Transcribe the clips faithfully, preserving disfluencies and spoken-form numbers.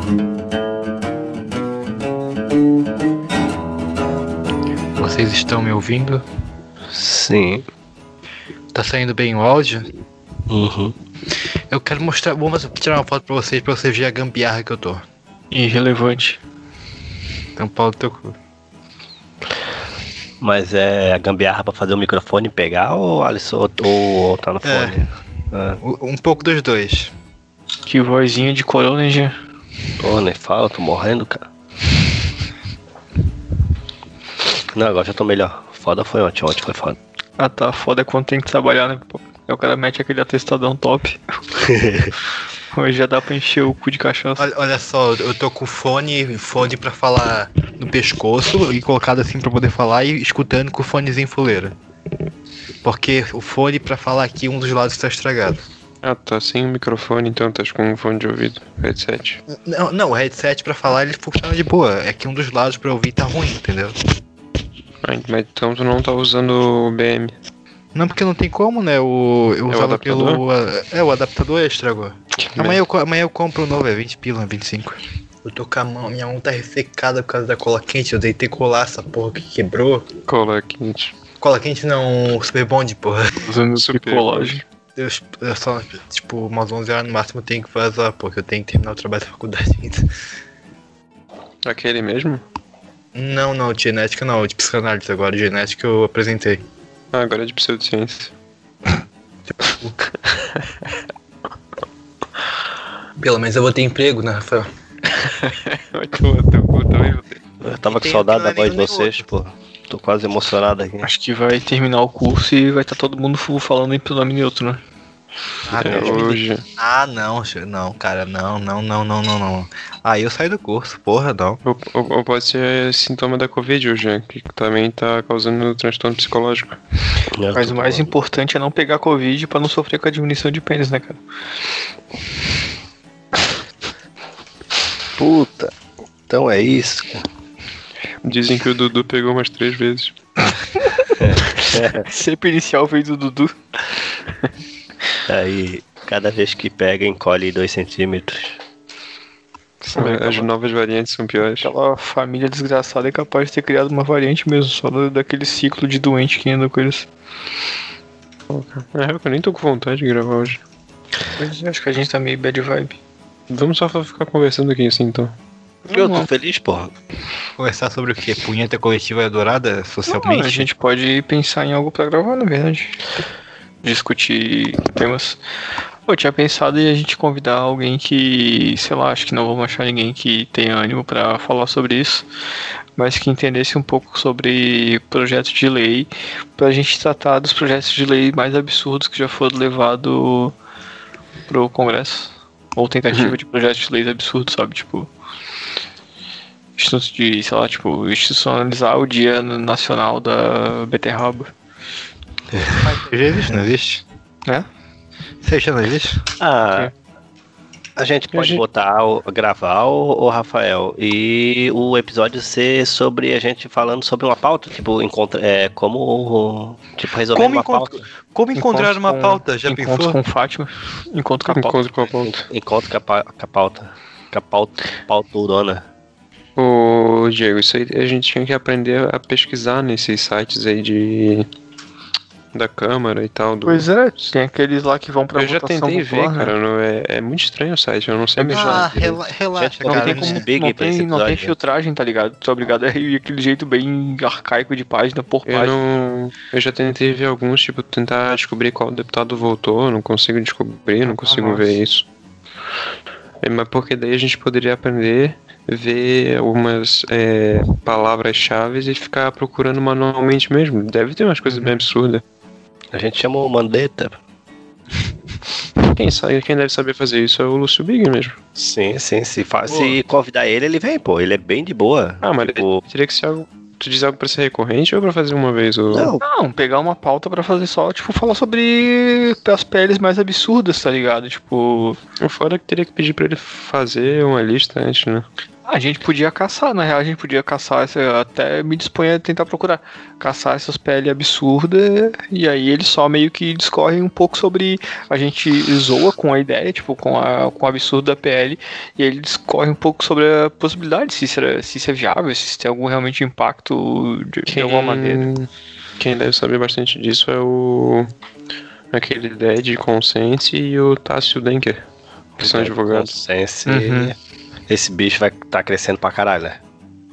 Vocês estão me ouvindo? Sim. Tá saindo bem o áudio? Uhum. Eu quero mostrar, vou tirar uma foto pra vocês, pra vocês verem a gambiarra que eu tô. Irrelevante. Então pau do teu cu. Mas é a gambiarra pra fazer o microfone pegar ou Alisson ou, ou, ou tá no fone? É. Ah. Um pouco dos dois. Que vozinha de corona, já. Pô, nem fala, eu tô morrendo, cara. Não, agora já tô melhor. Foda foi ontem, ontem foi foda. Ah tá, foda é quando tem que trabalhar, né? Pô, aí o cara mete aquele atestadão top. Hoje já dá pra encher o cu de cachaça. Olha, olha só, eu tô com fone, fone pra falar no pescoço e colocado assim pra poder falar e escutando com o fonezinho fuleira. Porque o fone pra falar aqui, um dos lados tá estragado. Ah, tá sem o microfone, então tá com um fone de ouvido, headset. Não, não, o headset pra falar ele funciona de boa. É que um dos lados pra ouvir tá ruim, entendeu? Ah, mas então tu não tá usando o B M. Não, porque não tem como, né? O, eu É o usava adaptador? pelo. É, o adaptador estragou. Amanhã eu, co- amanhã eu compro o novo, é vinte pila, vinte e cinco. Eu tô com a mão, minha mão tá ressecada por causa da cola quente. Eu deitei colar essa porra que quebrou. Cola quente. Cola quente não, Super Bond, porra. Usando Super picolagem. Eu, eu só, tipo, umas onze horas no máximo eu tenho que vazar, porque eu tenho que terminar o trabalho da faculdade ainda. Aquele mesmo? Não, não, de genética não, de psicanálise agora, de genética eu apresentei. Ah, agora é de pseudociência. Pelo menos eu vou ter emprego, né, Rafael? Vai tomar teu cu também, vou ter. Eu tava com Tem- saudade não é da voz de nenhum nem vocês, pô. Tô quase emocionado aqui. Acho que vai terminar o curso e vai estar todo mundo fu- falando em pronome neutro, né? Ah, É, Deus me livre. hoje. Ah, não, che- não, cara, não, não, não, não, não, não. Aí eu saio do curso, porra, não. Ou, ou- ou pode ser sintoma da Covid hoje, né? Que também tá causando transtorno psicológico. Mas o mais importante é não pegar Covid pra não sofrer com a diminuição de pênis, né, cara? Puta. Então é isso, cara. Dizem que o Dudu pegou umas três vezes. Sempre inicial veio do Dudu. Aí, cada vez que pega, encolhe dois centímetros. As novas variantes são piores. Aquela família desgraçada é capaz de ter criado uma variante mesmo, só da- daquele ciclo de doente que anda com eles. É, eu nem tô com vontade de gravar hoje. Pois é, acho que a gente tá meio bad vibe. Vamos só ficar conversando aqui assim, então. Eu tô feliz, porra. Conversar sobre o quê? Punheta coletiva adorada Não, socialmente? a gente pode pensar em algo pra gravar, na verdade. Discutir temas. Eu tinha pensado em a gente convidar alguém que, sei lá, acho que não vamos achar ninguém que tenha ânimo pra falar sobre isso, mas que entendesse um pouco sobre projetos de lei, pra gente tratar dos projetos de lei mais absurdos que já foram levados pro Congresso. Ou tentativa Uhum. de projetos de leis absurdos, sabe? Tipo. Instituto de, sei lá, tipo, institucionalizar o Dia Nacional da Beterraba. Já existe, não existe? É? Você já não existe? Ah, a gente pode gente- botar, o- gravar o, o Rafael e o episódio ser sobre a gente falando sobre uma pauta, tipo, encontra, é, como, tipo, resolver Como uma encontra- pauta. Como encontrar Encontro uma com- pauta? Já Encontro pensou? com Fátima. Encontro com a pauta. Encontro com a pauta. Encontro com a, pa- com a pauta. Com a pauta, pauturona. Ô, Diego, isso aí a gente tinha que aprender a pesquisar nesses sites aí de... da Câmara e tal. Do... Pois é, tem aqueles lá que vão pra Eu já votação tentei popular, ver, né? cara, não é, é muito estranho o site, eu não sei mexer. Ah, direito. rela- relaxa, Gente, Não cara. tem né? como, Big não pra esse tem, não tem episódio. filtragem, tá ligado? Tu é obrigado a ir aquele jeito bem arcaico de página por Eu página. não. Eu já tentei ver alguns, tipo, tentar descobrir qual deputado votou, não consigo descobrir, não consigo nossa. ver isso. É, mas porque daí a gente poderia aprender, ver algumas é, palavras-chave e ficar procurando manualmente mesmo. Deve ter umas coisas bem absurdas. A gente chamou o Mandetta. Quem sabe, quem deve saber fazer isso é o Lúcio Big mesmo. Sim, sim. Se, fa- se convidar ele, ele vem, pô. Ele é bem de boa. Ah, mas Tipo, teria que ser algo. Tu diz algo pra ser recorrente ou pra fazer uma vez? Ou... não, Não, pegar uma pauta pra fazer só, tipo, falar sobre as peles mais absurdas, tá ligado? Tipo, O foda é que teria que pedir pra ele fazer uma lista antes, né? A gente podia caçar, na real, a gente podia caçar, essa, até me disponho a tentar procurar, caçar essas P L absurdas, e aí eles só meio que discorrem um pouco sobre, a gente zoa com a ideia, tipo, com, a, com o absurdo da P L, e ele discorre um pouco sobre a possibilidade, se isso é, se isso é viável, se isso tem algum realmente impacto de, Quem, de alguma maneira. Quem deve saber bastante disso é o... aquele Dead Consense e o Tássio Denker, que são advogados. Consense, Uhum. Esse bicho vai estar tá crescendo pra caralho, né?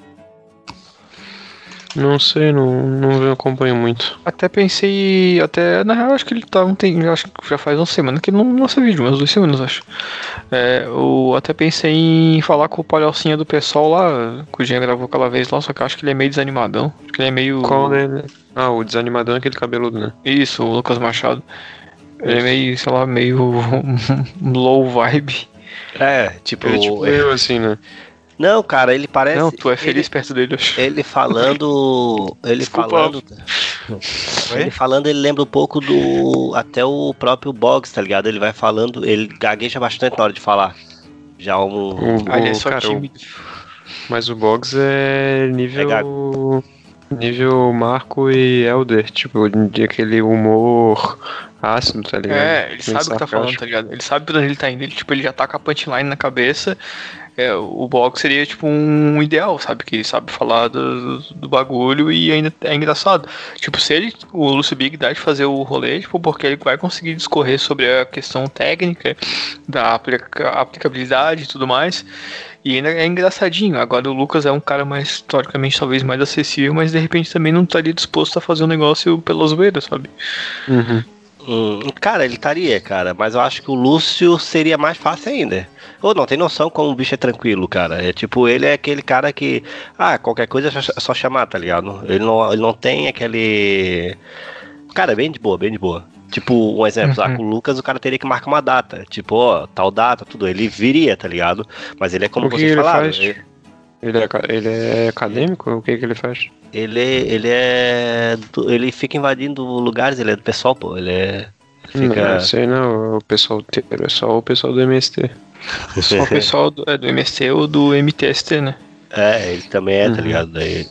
Não sei, não, não acompanho muito. Até pensei, até na real acho que ele tá, não tem, acho que já faz uma semana que ele não lança vídeo, umas duas semanas acho. É, eu até pensei em falar com o palhocinha do pessoal lá, que o Jean gravou aquela vez lá, só que eu acho que ele é meio desanimadão. Acho que ele é meio. Qual dele? Ah, o desanimadão é aquele cabeludo, né? Isso, o Lucas Machado. Ele é meio, sei lá, meio low vibe. É, tipo. Ele é tipo eu, assim, né? Não, cara, ele parece. Não, tu é feliz ele, perto dele, eu acho. Ele falando. Ele Desculpa. falando. Ele falando, ele lembra um pouco do. Até o próprio Boggs, tá ligado? Ele vai falando, ele gagueja bastante na hora de falar. Já um. O, Ah, ele é o- só cara, o- tímido. Mas o Boggs é É nível. nível Marco e Elder, tipo, de aquele humor ácido, tá ligado? É, ele Meio sabe o que tá sarcástico. falando, tá ligado? Ele sabe pra onde ele tá indo, ele, tipo, ele já tá com a punchline na cabeça. É, o Box seria, tipo, um ideal, sabe? Que sabe falar do, do bagulho e ainda é engraçado. Tipo, se ele, o Lúcio Big dá de fazer o rolê, tipo, porque ele vai conseguir discorrer sobre a questão técnica, da aplica- aplicabilidade e tudo mais. E ainda é engraçadinho. Agora o Lucas é um cara mais, teoricamente, talvez mais acessível, mas de repente também não estaria disposto a fazer um negócio pela zoeira, sabe? Uhum. Hum, cara, ele estaria, cara, mas eu acho que o Lúcio seria mais fácil ainda. Ou não, tem noção como o bicho é tranquilo, cara. É tipo, ele é aquele cara que, ah, qualquer coisa é só, só chamar, tá ligado? Ele não, ele não tem aquele. Cara, é bem de boa, bem de boa. Tipo, um exemplo, lá Uhum. com o Lucas, o cara teria que marcar uma data. Tipo, ó, tal data, tudo. Ele viria, tá ligado? Mas ele é como O que vocês ele falaram. faz? Ele, Ele é, aca- ele é acadêmico? O que que ele faz? ele, ele é. do- Ele fica invadindo lugares, ele é do pessoal, pô. Ele é. Fica. Não, sei não, o pessoal inteiro, é só o pessoal do M S T. Só o pessoal do, é, do M S T ou do M T S T, né? É, ele também é, tá Uhum. ligado? Daí,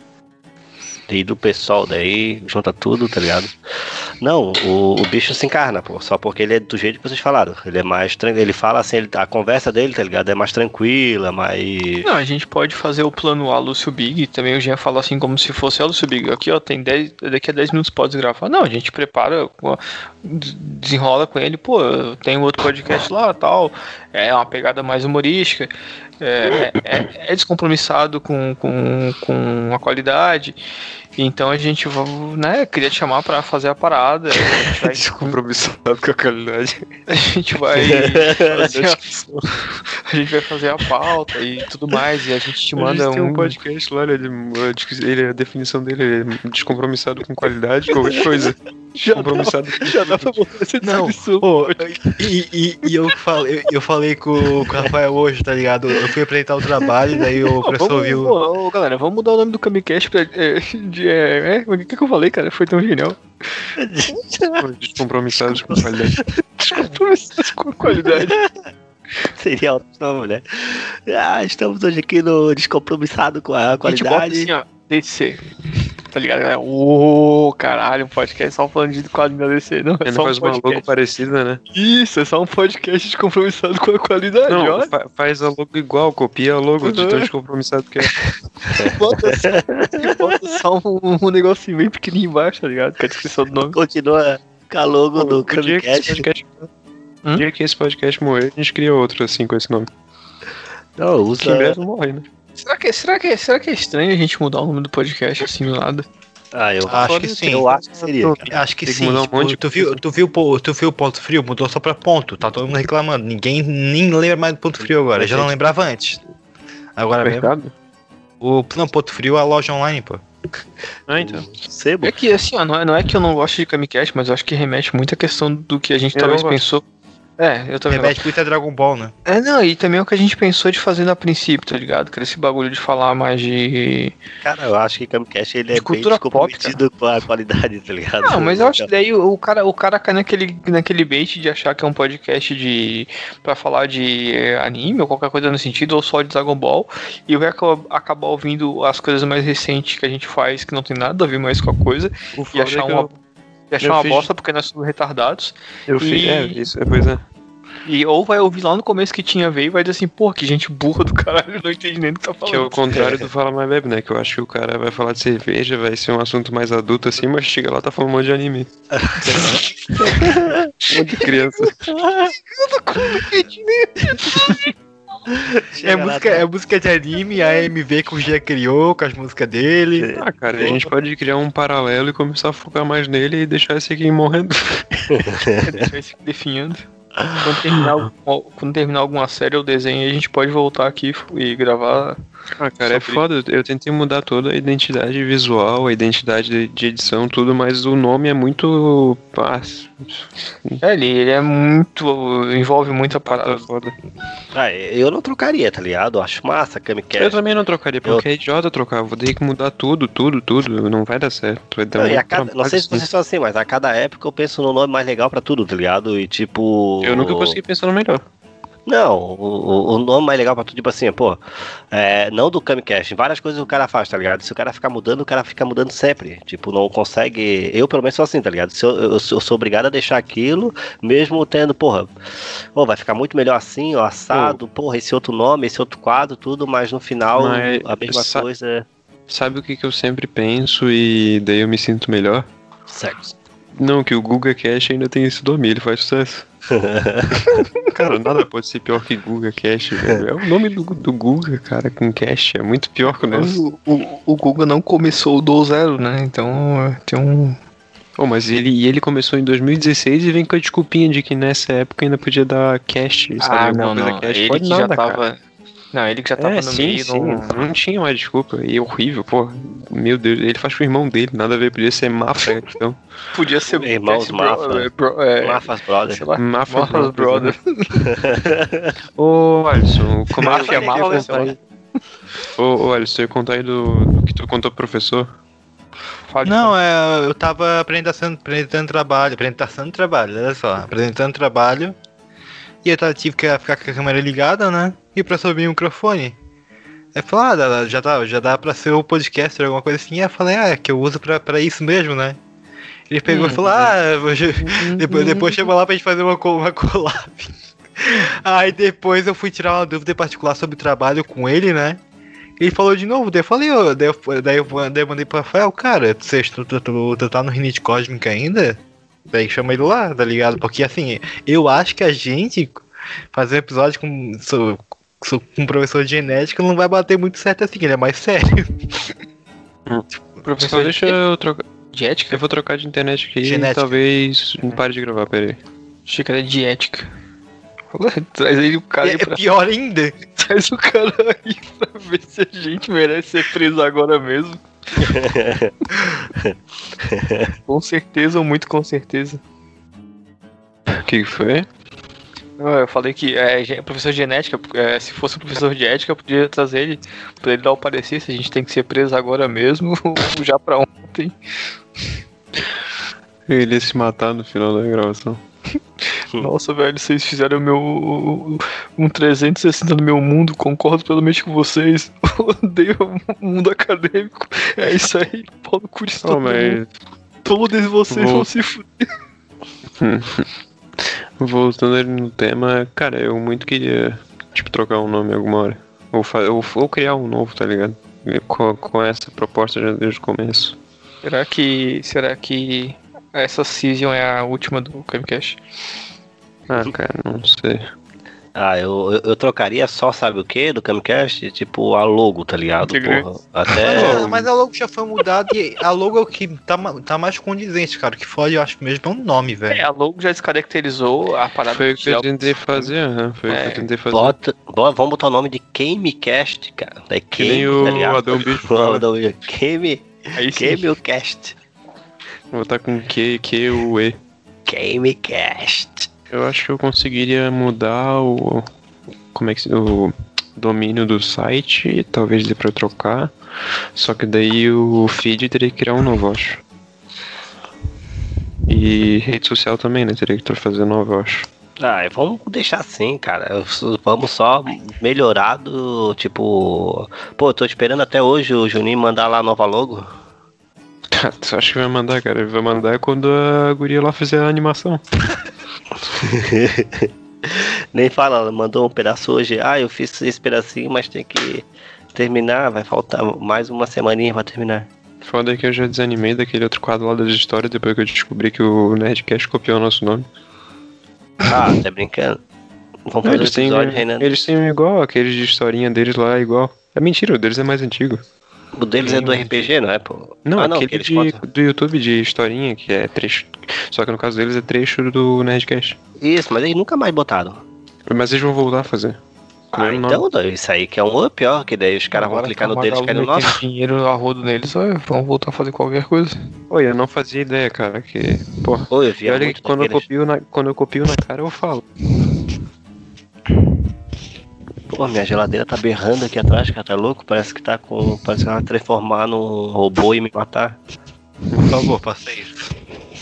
daí do pessoal, daí junta tudo, tá ligado? Não, o, o bicho se encarna, pô, só porque ele é do jeito que vocês falaram. Ele é mais tranquilo, ele fala assim, ele- a conversa dele, tá ligado? É mais tranquila, mais. Não, a gente pode fazer o plano A Lúcio Big, também o Jean fala assim como se fosse a Lúcio Big. Aqui, ó, tem dez, daqui a dez minutos pode gravar. Não, a gente prepara, ó, des- desenrola com ele, pô, tem um outro podcast lá, tal, é uma pegada mais humorística, é, é, é descompromissado com, com, com a qualidade, então a gente vai, né, queria te chamar pra fazer a parada, a gente vai, Descompromissado com a qualidade. a gente vai fazer a, a gente vai fazer a pauta e tudo mais, e a gente te A manda gente tem um um... podcast lá, ele, ele, a definição dele é descompromissado com qualidade, qualquer coisa. Descompromissado com Já dá pra botar essa Não, descrição. pô, e, e, e eu, falei, eu, eu falei com, com o Rafael hoje, tá ligado? Eu fui apresentar o trabalho, daí o Pô, professor vamos, viu. pô, ô, galera, vamos mudar o nome do Camicast pra. É, de, é, é, o que, que eu falei, cara? Foi tão genial. descompromissados com qualidade. Com qualidade. Seria ótimo, não, mulher. Ah, estamos hoje aqui no Descompromissado com a A gente bota qualidade. assim, ó, D C. Tá ligado, galera? Ô, caralho, um podcast só falando de quadrinho da D C. Não, é Ele só um faz uma logo podcast. parecida, né? Isso, é só um podcast descompromissado com a qualidade, Não, olha. fa- faz a logo igual, copia a logo de Uhum. tão descompromissado que é. Bota só, bota só um, um negocinho bem pequenininho embaixo, tá ligado? Com a descrição do nome. Continua com a logo do O dia que esse Camicast. podcast, Hum? o dia que esse podcast morrer, a gente cria outro assim com esse nome. Não, Que em usa. breve morre, né? Será que, será, que, será que é estranho a gente mudar o nome do podcast assim do nada? Ah, eu Acho que sim. Eu acho que seria. cara. Acho que Tem que sim. mudar um tipo, monte de tu, viu, tu, viu, pô, tu viu o ponto frio? Mudou só pra ponto. Tá todo mundo reclamando. Ninguém nem lembra mais do ponto frio agora. Já não lembrava antes. Agora mesmo. Mercado? O não, ponto frio é a loja online, pô. Ah, então. Sebo. É que assim, ó, não é, não é que eu não gosto de Camicast, mas eu acho que remete muito à questão do que a gente Eu talvez não gosto. pensou. É, eu também. Remete muito a Dragon Ball, né? É, não, e também é o que a gente pensou de fazer no princípio, tá ligado? Que era esse bagulho de falar mais de. Cara, eu acho que Camcast ele é De bem cultura pop, comprometido com a qualidade, tá ligado? Não, mas eu acho que daí o cara, o cara cai naquele, naquele bait de achar que é um podcast de pra falar de eh, anime ou qualquer coisa no sentido, ou só de Dragon Ball, e vai acabar, acabar ouvindo as coisas mais recentes que a gente faz, que não tem nada a ver mais com a coisa, O e foda achar é que uma, eu, e achar eu uma fiz- bosta porque nós somos retardados. eu E- fiz. É, isso, é, pois é. E ou vai ouvir lá no começo que tinha veio e vai dizer assim, pô, que gente burra do caralho, não entendi nem o que tá falando. Que é o contrário do Fala Mais Bebe, né? Que eu acho que o cara vai falar de cerveja, vai ser um assunto mais adulto assim, mas chega lá tá falando um monte de anime. um monte de criança. É música, é música de anime, a M V que o G criou, com as músicas dele. Ah, cara, a gente pode criar um paralelo e começar a focar mais nele e deixar esse aqui morrendo. Deixar esse definhando. Quando terminar, algum- quando terminar alguma série ou desenho, a gente pode voltar aqui e gravar. Ah, cara, é Sobre- foda. Eu tentei mudar toda a identidade visual, a identidade de, de edição, tudo, mas o nome é muito. Ah, É, ele, ele é muito. envolve muita tá parada. foda. Ah, eu não trocaria, tá ligado? Eu acho massa Eu Camcast. também não trocaria, porque é idiota trocar. Vou ter que mudar tudo, tudo, tudo. Não vai dar certo. Vai dar Não, e muito a cada, não trabalho, sei se sim. vocês são assim, mas a cada época eu penso no nome mais legal pra tudo, tá ligado? E tipo. Eu nunca consegui pensar no melhor. Não, o, o- o nome mais legal pra tudo, tipo assim, pô, é, não do Camcast, várias coisas o cara faz, tá ligado? Se o cara ficar mudando, o cara fica mudando sempre. Tipo, não consegue. Eu, pelo menos, sou assim, tá ligado? Se eu, eu, sou- eu sou obrigado a deixar aquilo, mesmo tendo, porra, pô, vai ficar muito melhor assim, ó, assado, porra, esse outro nome, esse outro quadro, tudo, mas no final Mas a mesma sa- coisa. Sabe o que, que eu sempre penso e daí eu me sinto melhor? Certo. Não, que o Guga Cash ainda tem esse nome, ele faz sucesso. Cara, nada pode ser pior que Guga Cash, velho. É o nome do, do Guga, cara, com Cash. É muito pior que o nosso. O, o, o Google não começou do zero, né? Então é, tem um. Oh, mas ele, e ele começou em dois mil e dezesseis e vem com a desculpinha de que nessa época ainda podia dar Cash, sabe? Ah, Alguma não, coisa não. Cash. Ele Pode que nada, já tava. cara. Não, ele que já tava É, no sim, meio. sim. Não... Não tinha uma desculpa. E é horrível, pô. Meu Deus, ele faz com o irmão dele, nada a ver, podia ser Mafra, então. Podia ser Irmãos Cast Mafra. Bro- é, bro- é, Mafas Brothers. sei lá, Mafra Mafra Brothers, Brother. Ô, Alisson, como é que Máfia, eu ia máfia, contar aí? Ô, ô, Alisson, eu ia contar aí do, do que tu contou pro professor. Fale, Não, é, eu tava apresentando, apresentando trabalho, apresentação de trabalho, olha só, apresentando trabalho. E eu tava, tive que ficar com a câmera ligada, né? E pra subir o microfone. Aí falou, ah, dá- já dá, já dá pra ser o podcaster, alguma coisa assim. Aí eu falei, ah, é que eu uso pra, pra isso mesmo, né? Ele pegou Hum, e falou, ah, hoje- depois, depois chama lá pra gente fazer uma, co- uma collab. Aí depois eu fui tirar uma dúvida em particular sobre o trabalho com ele, né? Ele falou de novo, daí eu falei, ó, daí, eu, daí, eu, daí eu mandei pro Rafael, cara, tu, tu, tu, tu, tu tá no Rinite Cósmica ainda? Daí chama ele lá, tá ligado? Porque assim, eu acho que a gente fazer um episódio com, so- so- com um professor de genética não vai bater muito certo assim, ele é mais sério. Só professor deixa eu trocar. de ética? Eu vou trocar de internet aqui Genética. e talvez não pare de gravar, peraí. Achei que era de ética. Traz aí o cara E aí é pra... pior ainda. Traz o cara aí pra ver se a gente merece ser preso agora mesmo. Com certeza ou muito com certeza. O que que foi? Não, eu falei que é, gen- professor de genética, é, se fosse um professor de ética, eu podia trazer ele pra ele dar o parecer se a gente tem que ser preso agora mesmo ou já pra ontem. Ele ia se matar no final da gravação. Nossa, velho, vocês fizeram meu um trezentos e sessenta no meu mundo, concordo plenamente com vocês. Odeio o mundo acadêmico. É isso aí, Paulo Curis, Oh, mas todos vocês Vou- vão se fuder. voltando ali no tema, cara, eu muito queria, tipo, trocar um nome alguma hora. Ou, fa- ou, ou criar um novo, tá ligado? Com, com essa proposta já desde o começo. Será que. Será que essa season é a última do Camcast? Ah, cara, não sei. Ah, eu, eu, eu trocaria só, sabe o que, do Camcast? Tipo, a logo, tá ligado? Integrante. Porra. Até. Mas, mas a logo já foi mudada e a logo é o que tá, ma- tá mais condizente, cara. O que fode, eu acho mesmo, é o nome, É, velho. a logo já descaracterizou a parada Foi o que de eu tentei fazer, aham. Foi o É, que eu tentei fazer. Bota, bota- vamos botar o nome de Gamecast, cara. É Que nem o Adão Bicho fala. Game, Aí sim. Gamecast. Vou botar com Q, Q, U, E. Gamecast. Eu acho que eu conseguiria mudar o. Como é que se. O domínio do site, talvez dê pra trocar. Só que daí o feed teria que criar um novo, eu acho. E rede social também, né? Teria que fazer novo, eu acho. Ah, vamos deixar assim, cara. Vamos só melhorar do tipo. Pô, eu tô esperando até hoje o Juninho mandar lá a nova logo. Tu acha que vai mandar, cara? Ele vai mandar quando a guria lá fizer a animação. Nem fala, ela mandou um pedaço hoje. Ah, eu fiz esse pedacinho, mas tem que terminar. Vai faltar mais uma semaninha pra terminar. Foda é que eu já desanimei daquele outro quadro lá das histórias depois que eu descobri que o Nerdcast copiou o nosso nome. Ah, tá brincando? Vamos fazer Eles um têm, episódio, Renan. eles têm igual, aqueles de historinha deles lá é igual. É mentira, o deles é mais antigo. O deles é do R P G, não é, pô? Não, ah, não, aquele que eles de, contam. do YouTube de historinha, que é trecho. Só que no caso deles é trecho do Nerdcast. Isso, mas eles nunca mais botaram. Mas eles vão voltar a fazer. Com o Ah, mesmo então não, isso aí que é um up, ó. Que daí os caras vão Agora clicar que no a deles e Magalu cair no metendo nosso. dinheiro a rodo neles, ó, vão voltar a fazer qualquer coisa. Oi, eu não fazia ideia, cara, que. Pô, Pô, eu e via olha muito que quando eu, daqueles. copio na, quando eu copio na cara eu falo. Pô, minha geladeira tá berrando aqui atrás, cara, tá louco? Parece que tá com. Parece que ela vai transformar num robô e me matar. Por favor, faça isso.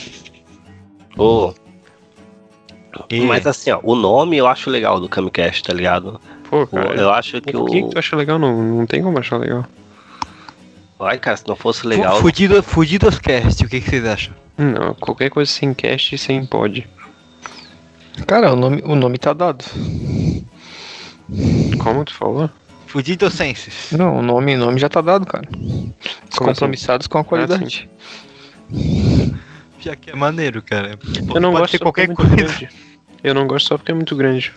Ô. E- Mas assim, ó, o nome eu acho legal do Camicast, tá ligado? Pô, O- cara. eu acho que Por que, que o. tu acha legal? Não, não tem como achar legal. Ai, cara, se não fosse legal. Fudido, Fudidos Cast, o que, que vocês acham? Não, qualquer coisa sem cast e sem pod. Cara, o nome, o nome tá dado. Como tu falou? Fudidos Senses. Não, o nome, o nome já tá dado, cara. Como Descompromissados com a qualidade. Já que é maneiro, cara. Eu não Pode gosto ser só qualquer porque é muito coisa. grande. Eu não gosto só porque é muito grande.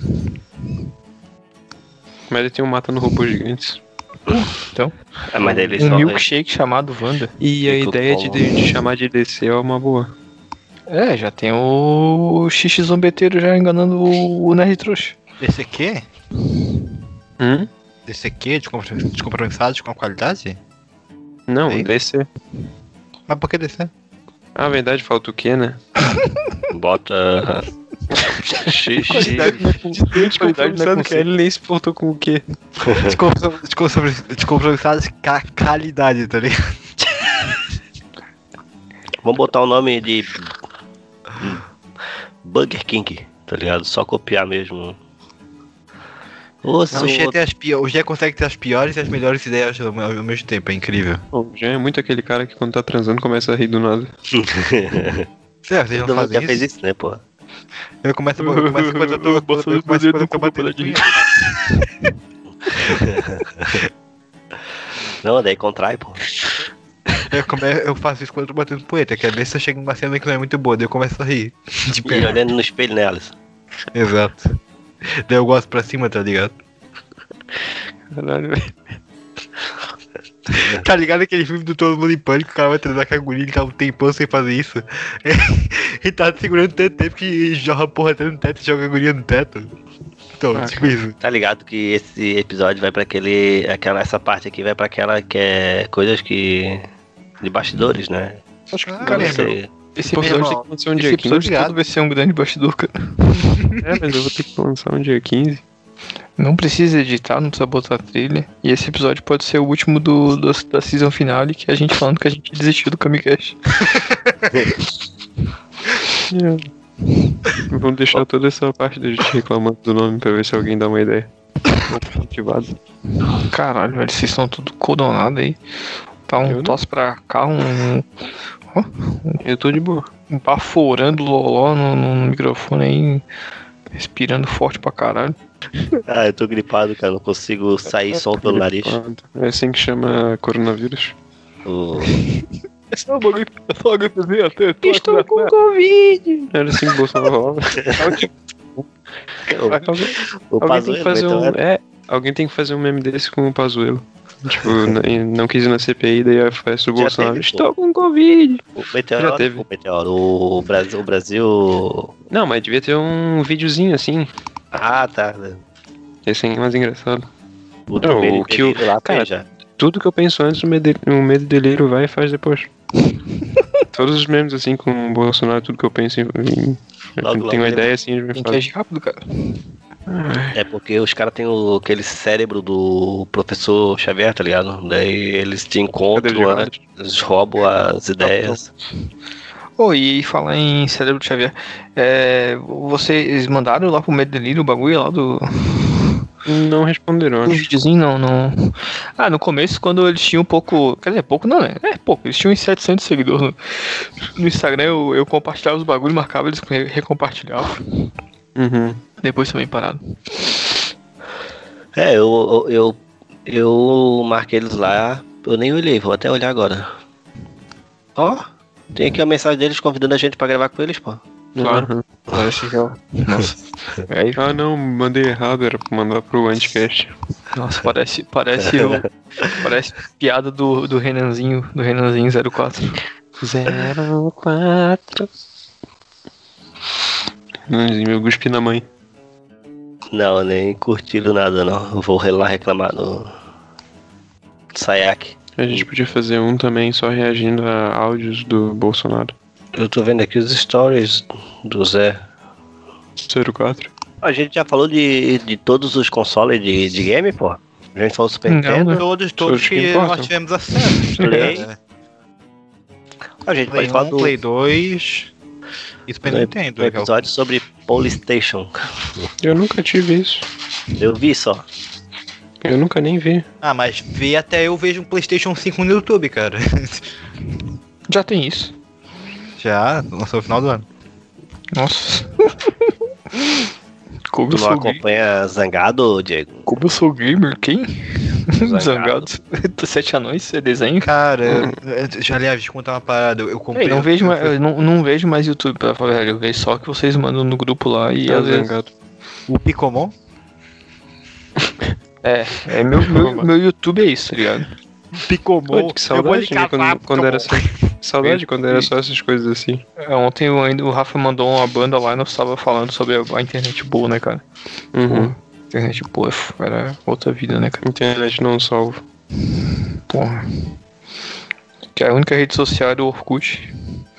Mas ele tem um matando robôs gigantes. Então, Ah, mas daí eles um só. milkshake chamado Wanda. E a Fico ideia com- de, de chamar de D C é uma boa. É, já tem o xixi zombeteiro já enganando o, o Nerd Trouxa. Esse aqui? Hum? Esse aqui, descompro- descompromissados com a qualidade? Não, Sim. D C. Mas por que descer? Ah, verdade, falta o quê, né? Bota. Xixi. Descompromissado que ele nem se portou com o quê? Descompro- descompro- Descompromissados com a qualidade, tá ligado? Vamos botar o nome de. Burger King, tá ligado? Só copiar mesmo. Ô, O seu G, tem as pi- o G consegue ter as piores e as melhores ideias ao ao mesmo tempo, é incrível. Bom, já é muito aquele cara que quando tá transando começa a rir do nada. Sério, vocês não Todo mundo fazem já fez isso? isso, né, pô? Eu começo, eu começo quando eu tô, eu começo quando eu tô batendo punheta. Não, daí contrai, pô. eu, come, eu faço isso quando eu tô batendo poeta, que às vezes eu chego numa cena que não é muito boa, daí eu começo a rir. De E pena. olhando no espelho nelas. Exato. Daí eu gosto pra cima, tá ligado? Caralho, velho. Tá ligado aquele filme do Todo Mundo em Pânico, o cara vai transar com a guria, ele tá um tempão sem fazer isso. Ele tá segurando tanto tempo que joga a porra até no teto e joga a guria no teto. Então, Ah, tipo isso. Tá ligado que esse episódio vai pra aquele. Aquela, essa parte aqui vai pra aquela que é coisas que. De bastidores, né? Acho que Ah, cara, Não sei. Esse Pô, episódio, tem que lançar um esse dia episódio quinze. todo vai ser um grande bastidor, cara. É, mas eu vou ter que lançar um dia quinze. Não precisa editar, não precisa botar trilha. E esse episódio pode ser o último do, do- da season finale, que é a gente falando que a gente desistiu do Kamikaze. Vamos deixar toda essa parte da gente reclamando do nome pra ver se alguém dá uma ideia. Motivado. Caralho, velho, vocês estão tudo codonados aí. Tá Eu um não. tosse pra cá, um. Eu tô de boa. um baforando loló no, no- no microfone aí. Respirando forte pra caralho. Ah, eu tô gripado, cara. Não consigo sair som pelo nariz. É assim que chama coronavírus. O... É só o bagulho, é só o bagulho até. Estou com Covid! Era assim que o Bolsonaro falava. O, Alguém, o alguém tem Pazuello, que fazer então, um. é- É, alguém tem que fazer um meme desse com o Pazuello. Tipo, n- não quis ir na C P I, daí aparece o Já Bolsonaro. teve, pô. Estou com Covid! O Meteoro, Já teve. o Meteoro, o Brasil, o Brasil... Não, mas devia ter um videozinho assim. Ah, tá. Esse é mais engraçado. O do Não, Meire o que o- Pereira lá tem cara, já. Tudo que eu penso antes, o medo, o medo deleiro vai e faz depois. Todos os memes assim com o Bolsonaro, tudo que eu penso em, em Eu Logo, tenho logo uma ele- ideia assim de me Tem que falar. agir rápido, cara. É porque os caras têm o- aquele cérebro do professor Xavier, tá ligado? Daí eles te encontram, Cadê né? Eles roubam as ideias. Ô, e falar em cérebro de Xavier, é, vocês mandaram lá pro Medo e Delírio o bagulho lá do. Não responderam, Um acho. videozinho, não, não. Ah, no começo, quando eles tinham um pouco. Quer dizer, pouco não, né? É pouco. Eles tinham uns setecentos seguidores no, no Instagram. Eu, eu compartilhava os bagulhos, marcava, eles re- recompartilhavam. Uhum. Depois também parado. É, eu, eu, eu, eu marquei eles lá, eu nem olhei, vou até olhar agora. Ó, tem aqui a mensagem deles convidando a gente pra gravar com eles, pô. Claro. Uhum. Parece que eu. Nossa. Aí, Ah, não, mandei errado, era pra mandar pro Anticast. nossa, parece. Parece o. Parece piada do, do Renanzinho, do Renanzinho zero quatro. zero quatro. Meu cuspi na mãe. Não, nem curtiram nada não. Eu vou lá reclamar no Sayak. A gente podia fazer um também só reagindo a áudios do Bolsonaro. Eu tô vendo aqui os stories do Zé. zero quatro. A gente já falou de, de todos os consoles de, de game, pô. A gente falou Super Não, Nintendo. né? Todos, todos Todos que que importam. nós tivemos acesso. Play. É, A gente Play pode falar um, do, Play dois e Super do Nintendo. do episódio sobre PlayStation. Eu nunca tive isso. Eu vi só. Eu nunca nem vi. Ah, mas vê até eu vejo um PlayStation cinco no YouTube, cara. Já tem isso. Já, lançou no final do ano. Nossa. Como Tu eu não sou gay. acompanha Zangado, Diego? Como eu sou gamer, quem? Zangado. Zangado. Sete anões, é desenho. Cara, eu- já aliás, te contar uma parada. Eu comprei. Ei, não vejo eu mais, fui- eu não, não vejo mais YouTube pra falar, velho. Eu vejo só que vocês mandam no grupo lá e Tá às vezes. zangado. O Picomon? É, é meu, meu, meu YouTube é isso, tá ligado? Picomon. Pô, que saudade, né, quando, quando era só, saudade quando era só essas coisas assim. É, ontem eu ainda, o Rafa mandou uma banda lá e nós tava falando sobre a, a internet boa, né, cara? Uhum. Internet boa é- era outra vida, né, cara? Internet não salvo. Porra. Que a única rede social era o Orkut.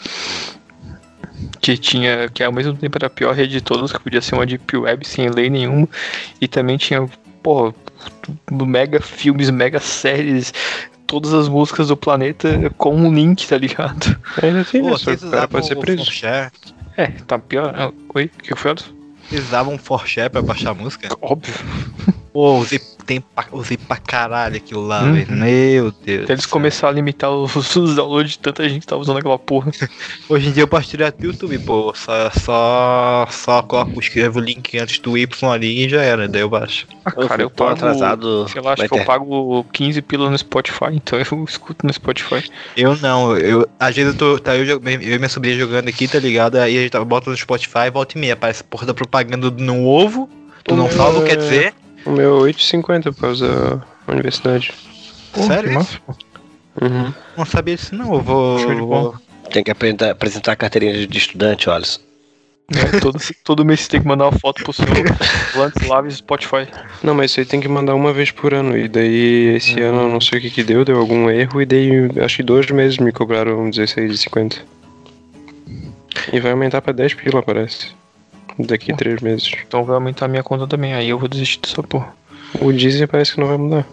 Que tinha, que ao mesmo tempo era a pior rede de todas, que podia ser uma deep web sem lei nenhuma. E também tinha, porra, mega filmes, mega séries, todas as músicas do planeta com um link, tá ligado? Ainda tem Pô, isso, vocês o cara pode ser usavam o preso. Forshare? É, tá pior. Ah, oi, o que foi? Vocês usavam o Forshare pra baixar a música? Óbvio. Pô, usei, tem pra, usei pra caralho aquilo lá, Uhum. velho. Meu Deus. Até eles do céu. começaram a limitar os, os downloads de tanta gente que tava usando aquela porra. Hoje em dia eu posso direto do YouTube, pô. Só, só, só coloco, escrevo o link antes do Y ali e já era, daí eu baixo. Ah, Eu cara, eu fui tão pago. atrasado Sei lá, acho na que eu internet. pago quinze pila no Spotify, então eu escuto no Spotify. Eu não, eu, às vezes eu tô, tá eu, eu e minha sobrinha jogando aqui, tá ligado? Aí a gente tá- bota no Spotify, volta e meia, aparece porra da propaganda no ovo, tu não Hum, salva, é. quer dizer? O meu é oito e cinquenta por causa da universidade. Pô, Sério? que massa, pô. Uhum. Não sabia disso não, eu vou... Show de vou- bola. Tem que apresentar, apresentar a carteirinha de estudante, olha. É, todo, todo mês você tem que mandar uma foto pro seu Lance Laves Spotify. Não, mas isso aí tem que mandar uma vez por ano. E daí esse Uhum. ano eu não sei o que que deu, deu algum erro. E daí acho que dois meses me cobraram dezesseis e cinquenta. E vai aumentar pra dez pila, parece. Daqui a três meses. Então vai aumentar a minha conta também, aí eu vou desistir dessa porra. O Deezer parece que não vai mudar.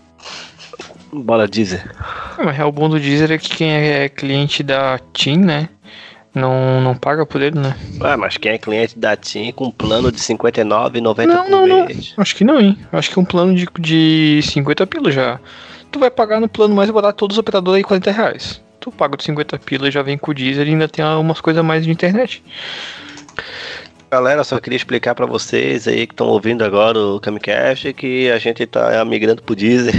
Bora, Deezer. É, mas é o bom do Deezer é que quem é cliente da TIM, né? Não, não paga por ele, né? Ah, mas quem é cliente da TIM com plano de cinquenta e nove reais e noventa Não, por não, não. mês? Acho que não, hein? Acho que um plano de, de cinquenta pila já. Tu vai pagar no plano mais barato todos os operadores aí quarenta reais. Tu paga de cinquenta pila e já vem com o Deezer e ainda tem umas coisas a mais de internet. Galera, só queria explicar pra vocês aí que estão ouvindo agora o Camicast que a gente tá migrando pro Deezer.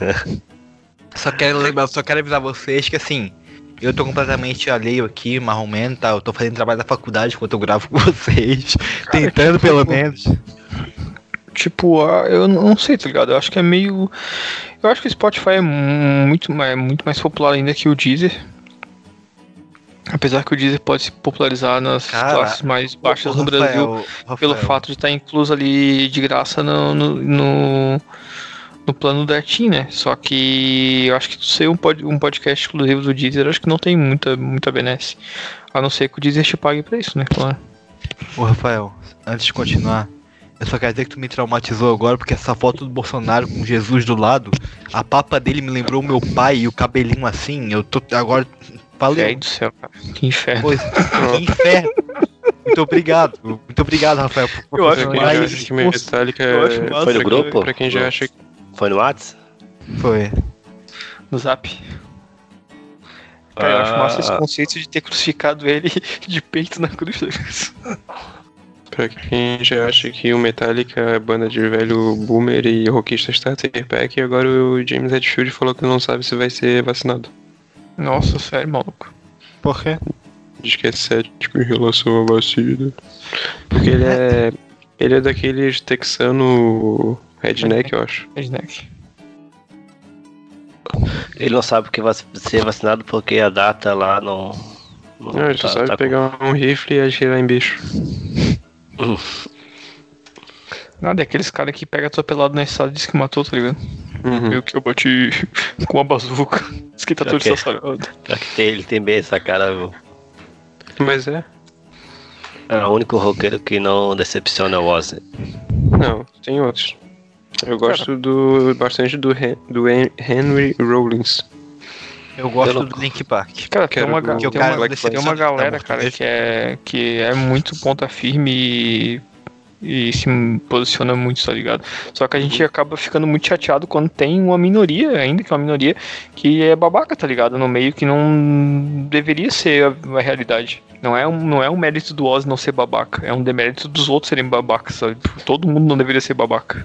Só quero lembrar, só quero avisar vocês que assim, eu tô completamente alheio aqui, marromeno, tá? Eu tô fazendo trabalho da faculdade enquanto eu gravo com vocês. Tentando pelo menos. Tipo, ah, eu não sei, tá ligado? Eu acho que é meio. Eu acho que o Spotify é muito mais, muito mais popular ainda que o Deezer. Apesar que o Deezer pode se popularizar nas Cara, classes mais baixas Ô, no Brasil, Rafael, Rafael, pelo fato de estar incluso ali de graça no, no, no, no plano da TIM, né? Só que eu acho que ser um, pod, um podcast exclusivo do Deezer, eu acho que não tem muita, muita benesse. A não ser que o Deezer te pague pra isso, né? Claro. Ô Rafael, antes de continuar, eu só quero dizer que tu me traumatizou agora, porque essa foto do Bolsonaro com Jesus do lado, a papa dele me lembrou o meu pai e o cabelinho assim, eu tô agora... Valeu. Ai do céu, cara. Que inferno. Pois, que inferno. Muito obrigado. Muito obrigado, Rafael. Por Eu acho Pra que quem já mais acha que Metallica eu acho é- massa. Foi no pra grupo? quem- Pra quem já acha que. Foi no Whats? Foi. No Zap. Cara, eu acho massa esse Ah. conceito de ter crucificado ele de peito na cruz. Pra quem já acha que o Metallica é banda de velho boomer e rockista starter pack, e agora o James Hetfield falou que não sabe se vai ser vacinado. Nossa, sério, maluco. Por quê? Diz que é cético em relação à vacina. Porque ele é. Ele é daqueles texano redneck, eu acho. Redneck. Ele não sabe que vai ser vacinado porque a data lá não. não Não, ele só tá- sabe tá com- pegar um rifle e atirar em bicho. Nada, é aqueles caras que pegam atropelado na estrada e diz que matou, tá ligado? Uhum. Eu que eu bati com a bazuca. Diz que tá todo Ok. estacionado. Pior que tem- ele tem bem essa cara, viu? Mas é. É o único roqueiro que não decepciona o Ozzy. Não, tem outros. Eu gosto do bastante do, Hen- do Hen- Henry Rollins. Eu gosto Eu não- do Link Park. Cara, tem Quero uma, do- ga- que o tem cara uma, desse tem uma episódio tá galera, morto cara, mesmo. que é, que é muito ponta firme e, e se posiciona muito, tá ligado? Só que a gente acaba ficando muito chateado quando tem uma minoria, ainda que é uma minoria, que é babaca, tá ligado? No meio que não deveria ser a, a realidade. Não é, um, não é um mérito do Oz não ser babaca, é um demérito dos outros serem babacas, sabe? Todo mundo não deveria ser babaca.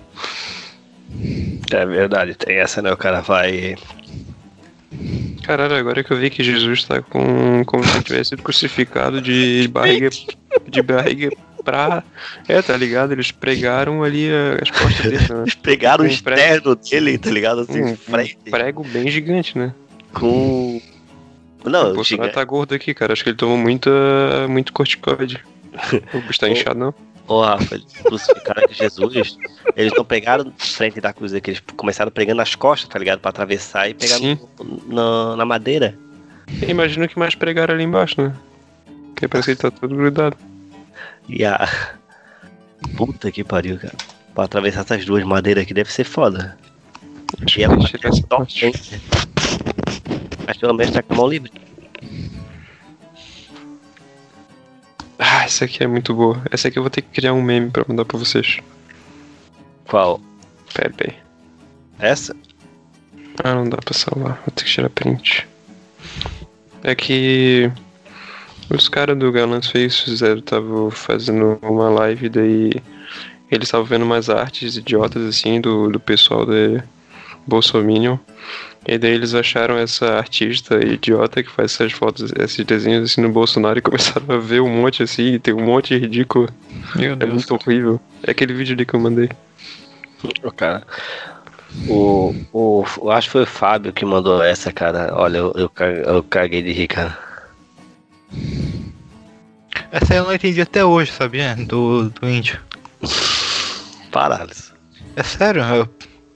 É verdade, tem essa, né? O cara vai. Caralho, agora que eu vi que Jesus tá com. Como se tivesse sido crucificado de barriga. De barriga pra. É, tá ligado? Eles pregaram ali a- as costas dele, né? Eles pegaram o Um prego. externo dele, tá ligado? Assim, Um, de frente. um prego bem gigante, né? Com. o Não, Bolsonaro giga... tá gordo aqui, cara. Acho que ele tomou muita, muito corticoide. O bicho tá inchado, não? Ô, Rafa, eles crucificaram que Jesus. Eles não pegaram de frente da cruz, que eles começaram pregando nas costas, tá ligado? Pra atravessar e pegar Sim. no- na, na madeira. Eu imagino que mais pregaram ali embaixo, né? Porque parece que ele tá todo grudado. E a. Puta que pariu, cara. Pra atravessar essas duas madeiras aqui deve ser foda. Acho E que é deixa ele essa parte. potente. Mas pelo menos tá com a mão livre. Ah, essa aqui é muito boa. Essa aqui eu vou ter que criar um meme pra mandar pra vocês. Qual? Pera, pera. Essa? Ah, não dá pra salvar. Vou ter que tirar print. É que os caras do Galãs Face fizeram, estavam fazendo uma live, daí eles estavam vendo umas artes idiotas assim do, do pessoal da Bolsominion. E daí eles acharam essa artista idiota que faz essas fotos, esses desenhos assim no Bolsonaro e começaram a ver um monte assim, e tem um monte ridículo. Meu É Deus. muito horrível. É aquele vídeo ali que eu mandei. Ô, cara. O, o, eu acho que foi o Fábio que mandou essa, cara. Olha, eu, eu, ca- eu caguei de rir, cara. Essa aí eu não entendi até hoje, sabia? Do, do índio. Para, Alisson. É sério, eu,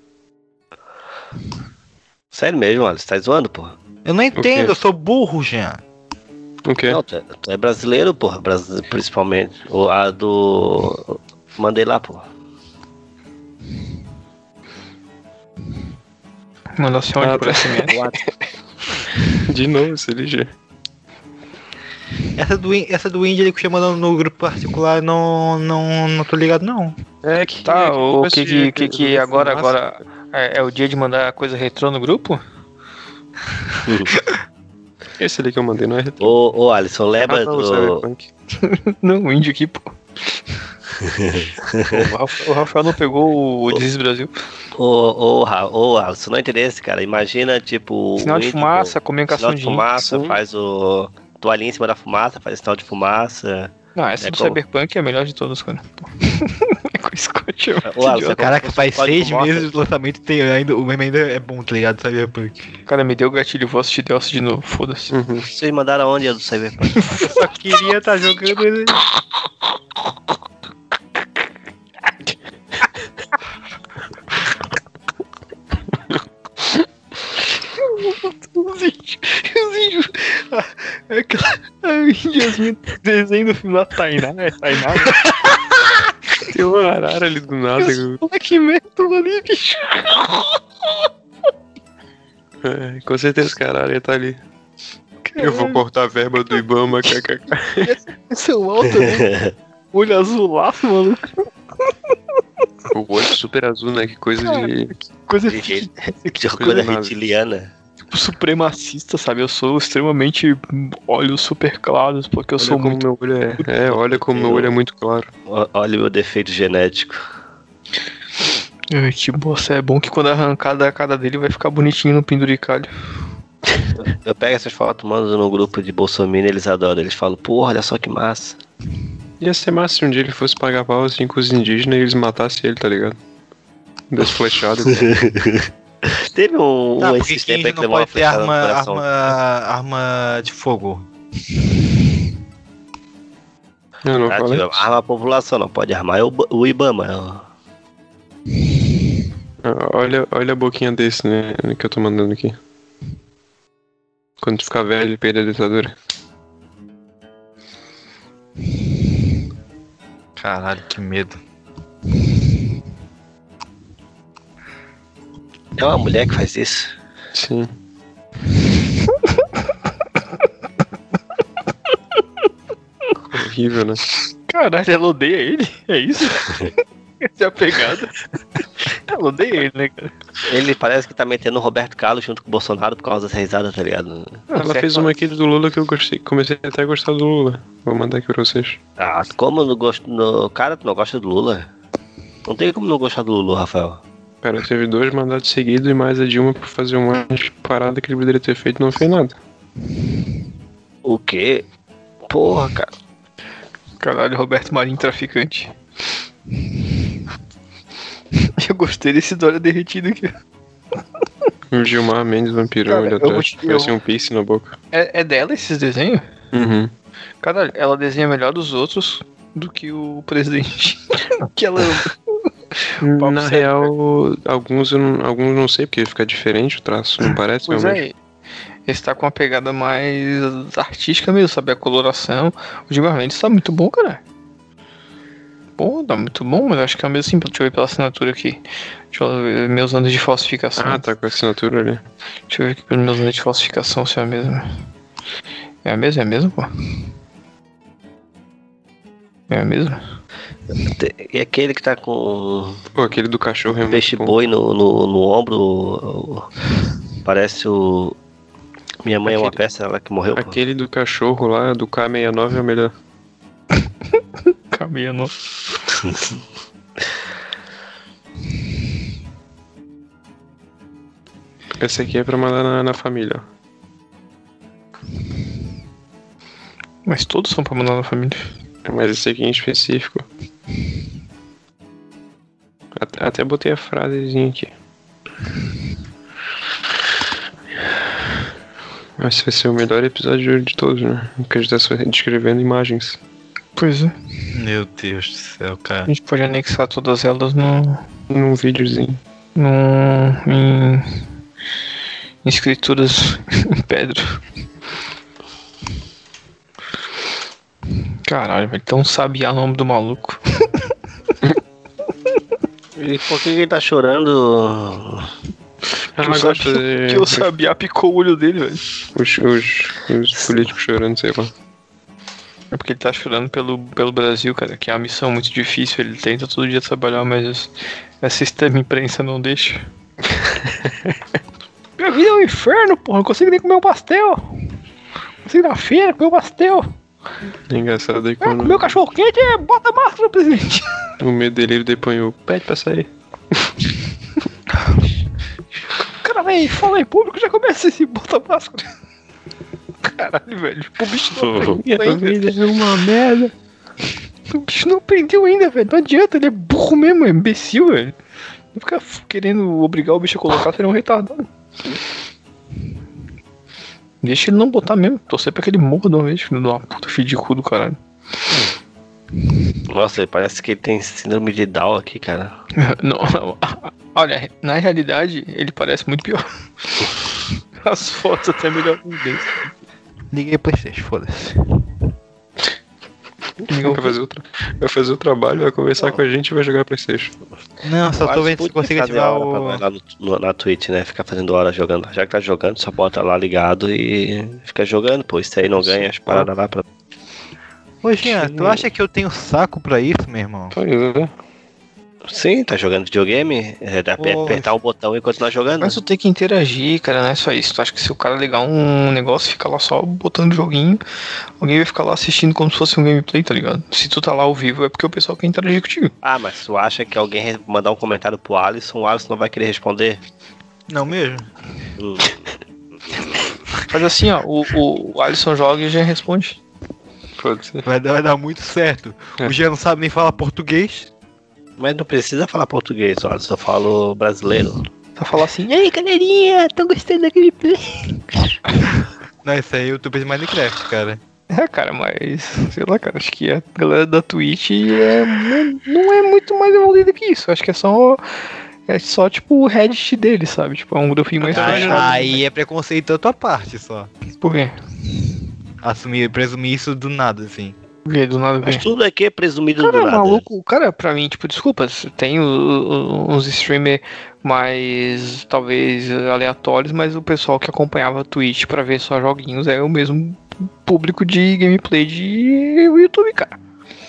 Sério mesmo, Alisson. Tá zoando, porra? eu não entendo, quê? eu sou burro, Jean. O quê? Não, tu é, tu é brasileiro, porra. Brasi- principalmente. O, a do. Mandei lá, porra. Mandou assim onde Ah, por tá. S M S. De novo, esse L G. Essa do, in- essa do índio ele que tinha mandando no grupo particular, não, não, não tô ligado não. É que. Tá, o esse que que, que, jeito, que eu agora, fumaça. agora é, é o dia de mandar coisa retrô no grupo? Esse ali que eu mandei, não é retrô. Ô, ô, Alisson, lembra Ah, não, o do. Cyberpunk. Não, o índio aqui, pô. o, Rafael, o Rafael não pegou o Desis Brasil. Ô, ô, Ra- ô, Alisson, não interessa, cara. Imagina, tipo. Sinal o de índio, fumaça, pô, comunicação Sinal de de índio. fumaça, sim. faz o. Toalhinha em cima da fumaça, faz sinal de fumaça. Não, essa É do como- Cyberpunk é a melhor de todas, cara. É com Scott, é muito Ô, Alisson, idiota. é como Caraca, se fosse faz um código seis Morse. meses do lançamento e tem ainda, o meme ainda é bom, tá ligado? Cyberpunk. Cara, me deu gatilho, vou assistir The Office de novo, foda-se. Uhum. Vocês mandaram onde a do Cyberpunk? Eu só queria estar jogando ele. Os índios, os índios. Ah, é aquela. A índia Yasmin, desenho do filme da Tainá, é Tainá. Tem uma arara ali do nada. Olha que merda ali, bicho. É, com certeza, caralho, tá ali. Eu vou cortar a verba do Ibama, kkk. Esse é o alto, né? Olho azulado, mano. O olho super azul, né? Que coisa de. Que coisa De de de coisa reptiliana. tipo supremacista, sabe? Eu sou extremamente olhos super claros, porque eu Olha sou como muito. meu olho é. É, olha como meu olho é muito claro. O- Olha o meu defeito genético. Ai, que bosta. É bom que quando arrancar da cara dele vai ficar bonitinho no penduricalho. Eu pego essas fotos, mando no grupo de Bolsonaro, eles adoram. Eles falam, porra, olha só que massa. Ia ser massa se um dia ele fosse pagar pau assim com os indígenas e eles matassem ele, tá ligado? Desflechado. Teve um, Tá, um porque esses quem tempos aí não que levou uma pode ter flechada no arma, coração. arma, arma de fogo? Eu não Tá, falei. tio, arma a população, não pode armar é o, o Ibama. Ah, Olha, olha a boquinha desse, né? Que eu tô mandando aqui. Quando tu ficar velho e perder a ditadura. Caralho, que medo. É uma mulher que faz isso. Sim. Horrível, né? Caralho, ela odeia ele? É isso? Essa é a pegada. Ela odeia ele, né, cara? Ele parece que tá metendo o Roberto Carlos junto com o Bolsonaro por causa dessa risada, tá ligado? Ela fez uma aqui do Lula que eu gostei. Comecei até a gostar do Lula. Vou mandar aqui pra vocês. Ah, como eu não gosto. No... Cara, tu não gosta do Lula? Não tem como não gostar do Lula, Rafael. Cara, teve dois mandatos seguidos e mais a Dilma por fazer um monte de parada que ele poderia ter feito e não fez nada. O quê? Porra, cara. Caralho, Roberto Marinho traficante. Eu gostei desse Dória derretido aqui. O Gilmar Mendes vampirão Cara, ali eu vou atrás. te- Parece eu- um piercing na boca. É, é dela esses desenhos? Uhum. Caralho, ela desenha melhor dos outros do que o presidente. Que ela. Papo Na sério, real, alguns eu não, alguns não sei porque fica diferente o traço, não parece Pois realmente. é. Esse tá com uma pegada mais artística mesmo, sabe? A coloração. O Gilmar Mendes tá muito bom, cara. Pô, tá muito bom, mas acho que é o mesmo assim. Deixa eu ver pela assinatura aqui. Deixa eu ver meus anos de falsificação. Ah, tá com a assinatura ali. Deixa eu ver aqui pelos meus anos de falsificação se é a mesma. É a mesma? É a mesma, pô? É a mesma? E aquele que tá com Pô, aquele do cachorro é um muito peixe bom. boi no, no, no ombro. o- o- Parece o. Minha mãe é uma Aquele- peça, ela que morreu. pô. Aquele do cachorro lá, do K sessenta e nove é o melhor. Caminha no. Esse aqui é pra mandar na, na família, ó. Mas todos são pra mandar na família. Mas esse aqui em específico. Até, até botei a frasezinha aqui. Esse vai ser o melhor episódio de todos, né? Porque a gente tá só descrevendo imagens. Pois é. Meu Deus do céu, A cara. gente pode anexar todas elas no. Num videozinho. no em, em escrituras em pedra. Caralho, velho. Então sabiá o nome do maluco. E por que ele tá chorando? Ah, Que o gosto sabiá, de... que o sabiá picou o olho dele, velho. Os, os, os políticos chorando, sei lá. É porque ele tá chorando pelo, pelo Brasil, cara, que é uma missão muito difícil. Ele tenta todo dia trabalhar, mas essa extrema imprensa não deixa. Minha vida é um inferno, porra. Não consigo nem comer um pastel. Não consigo ir na feira, comer um pastel. É engraçado aí Ah, comer um quando cachorro quente é bota máscara, presidente. o medo delírio depois o pede pra sair. O cara vem fala em público já começa esse bota máscara. Caralho, velho. O bicho não aprendeu ainda. é uma merda. O bicho não aprendeu ainda, velho. Não adianta, ele é burro mesmo, é imbecil, velho. Não ficar f- querendo obrigar o bicho a colocar, seria um retardado. Deixa ele não botar mesmo. Torcer pra que ele morra de uma vez, filho de uma puta, filho de cu do caralho. Nossa, parece que ele tem síndrome de Down aqui, cara. Não, não. Olha, na realidade, ele parece muito pior. As fotos até melhor que o dele. Liguei pra vocês, foda-se. Vai fazer, o tra... vai fazer o trabalho, vai conversar com a gente e vai jogar PlayStation. Não, só tô vendo se consigo ativar hora o... pra nós lá no, no, na Twitch, né? Ficar fazendo hora jogando. Já que tá jogando, só bota lá ligado e fica jogando, pô. Isso aí não ganha as paradas lá pra... Ô, Jean, tu acha que eu tenho saco pra isso, meu irmão? Pois é. Sim, tá jogando videogame, é, dá pra apertar o botão e continuar jogando. Mas tu tem que interagir, cara, não é só isso. Tu acha que se o cara ligar um negócio e ficar lá só botando joguinho, alguém vai ficar lá assistindo como se fosse um gameplay, tá ligado? Se tu tá lá ao vivo é porque o pessoal quer interagir contigo. Ah, mas tu acha que alguém mandar um comentário pro Alisson, o Alisson não vai querer responder? Não mesmo? Hum. Faz assim, ó, o, o, o Alisson joga e já responde. Pode ser. Vai dar, vai dar muito certo. É. O Jean não sabe nem falar português. Mas não precisa falar português, ó, só falo brasileiro. Só falar assim, e aí galerinha, tô gostando da gameplay. Não, isso aí é youtuber de Minecraft, cara. É, cara, mas, sei lá, cara, acho que a galera da Twitch é, não é muito mais evoluída que isso. Acho que é só, é só tipo o Reddit dele, sabe? Tipo, é um grupinho mais fechado. Aí é preconceito da tua parte só. Por quê? Assumir, presumir isso do nada, assim. Por quê? Do nada Mas vem. tudo aqui é presumido Cara, do nada. maluco, o cara, pra mim, tipo, desculpa, tem o- o- uns streamers mais, talvez, aleatórios, mas o pessoal que acompanhava a Twitch pra ver só joguinhos é o mesmo público de gameplay de YouTube, cara.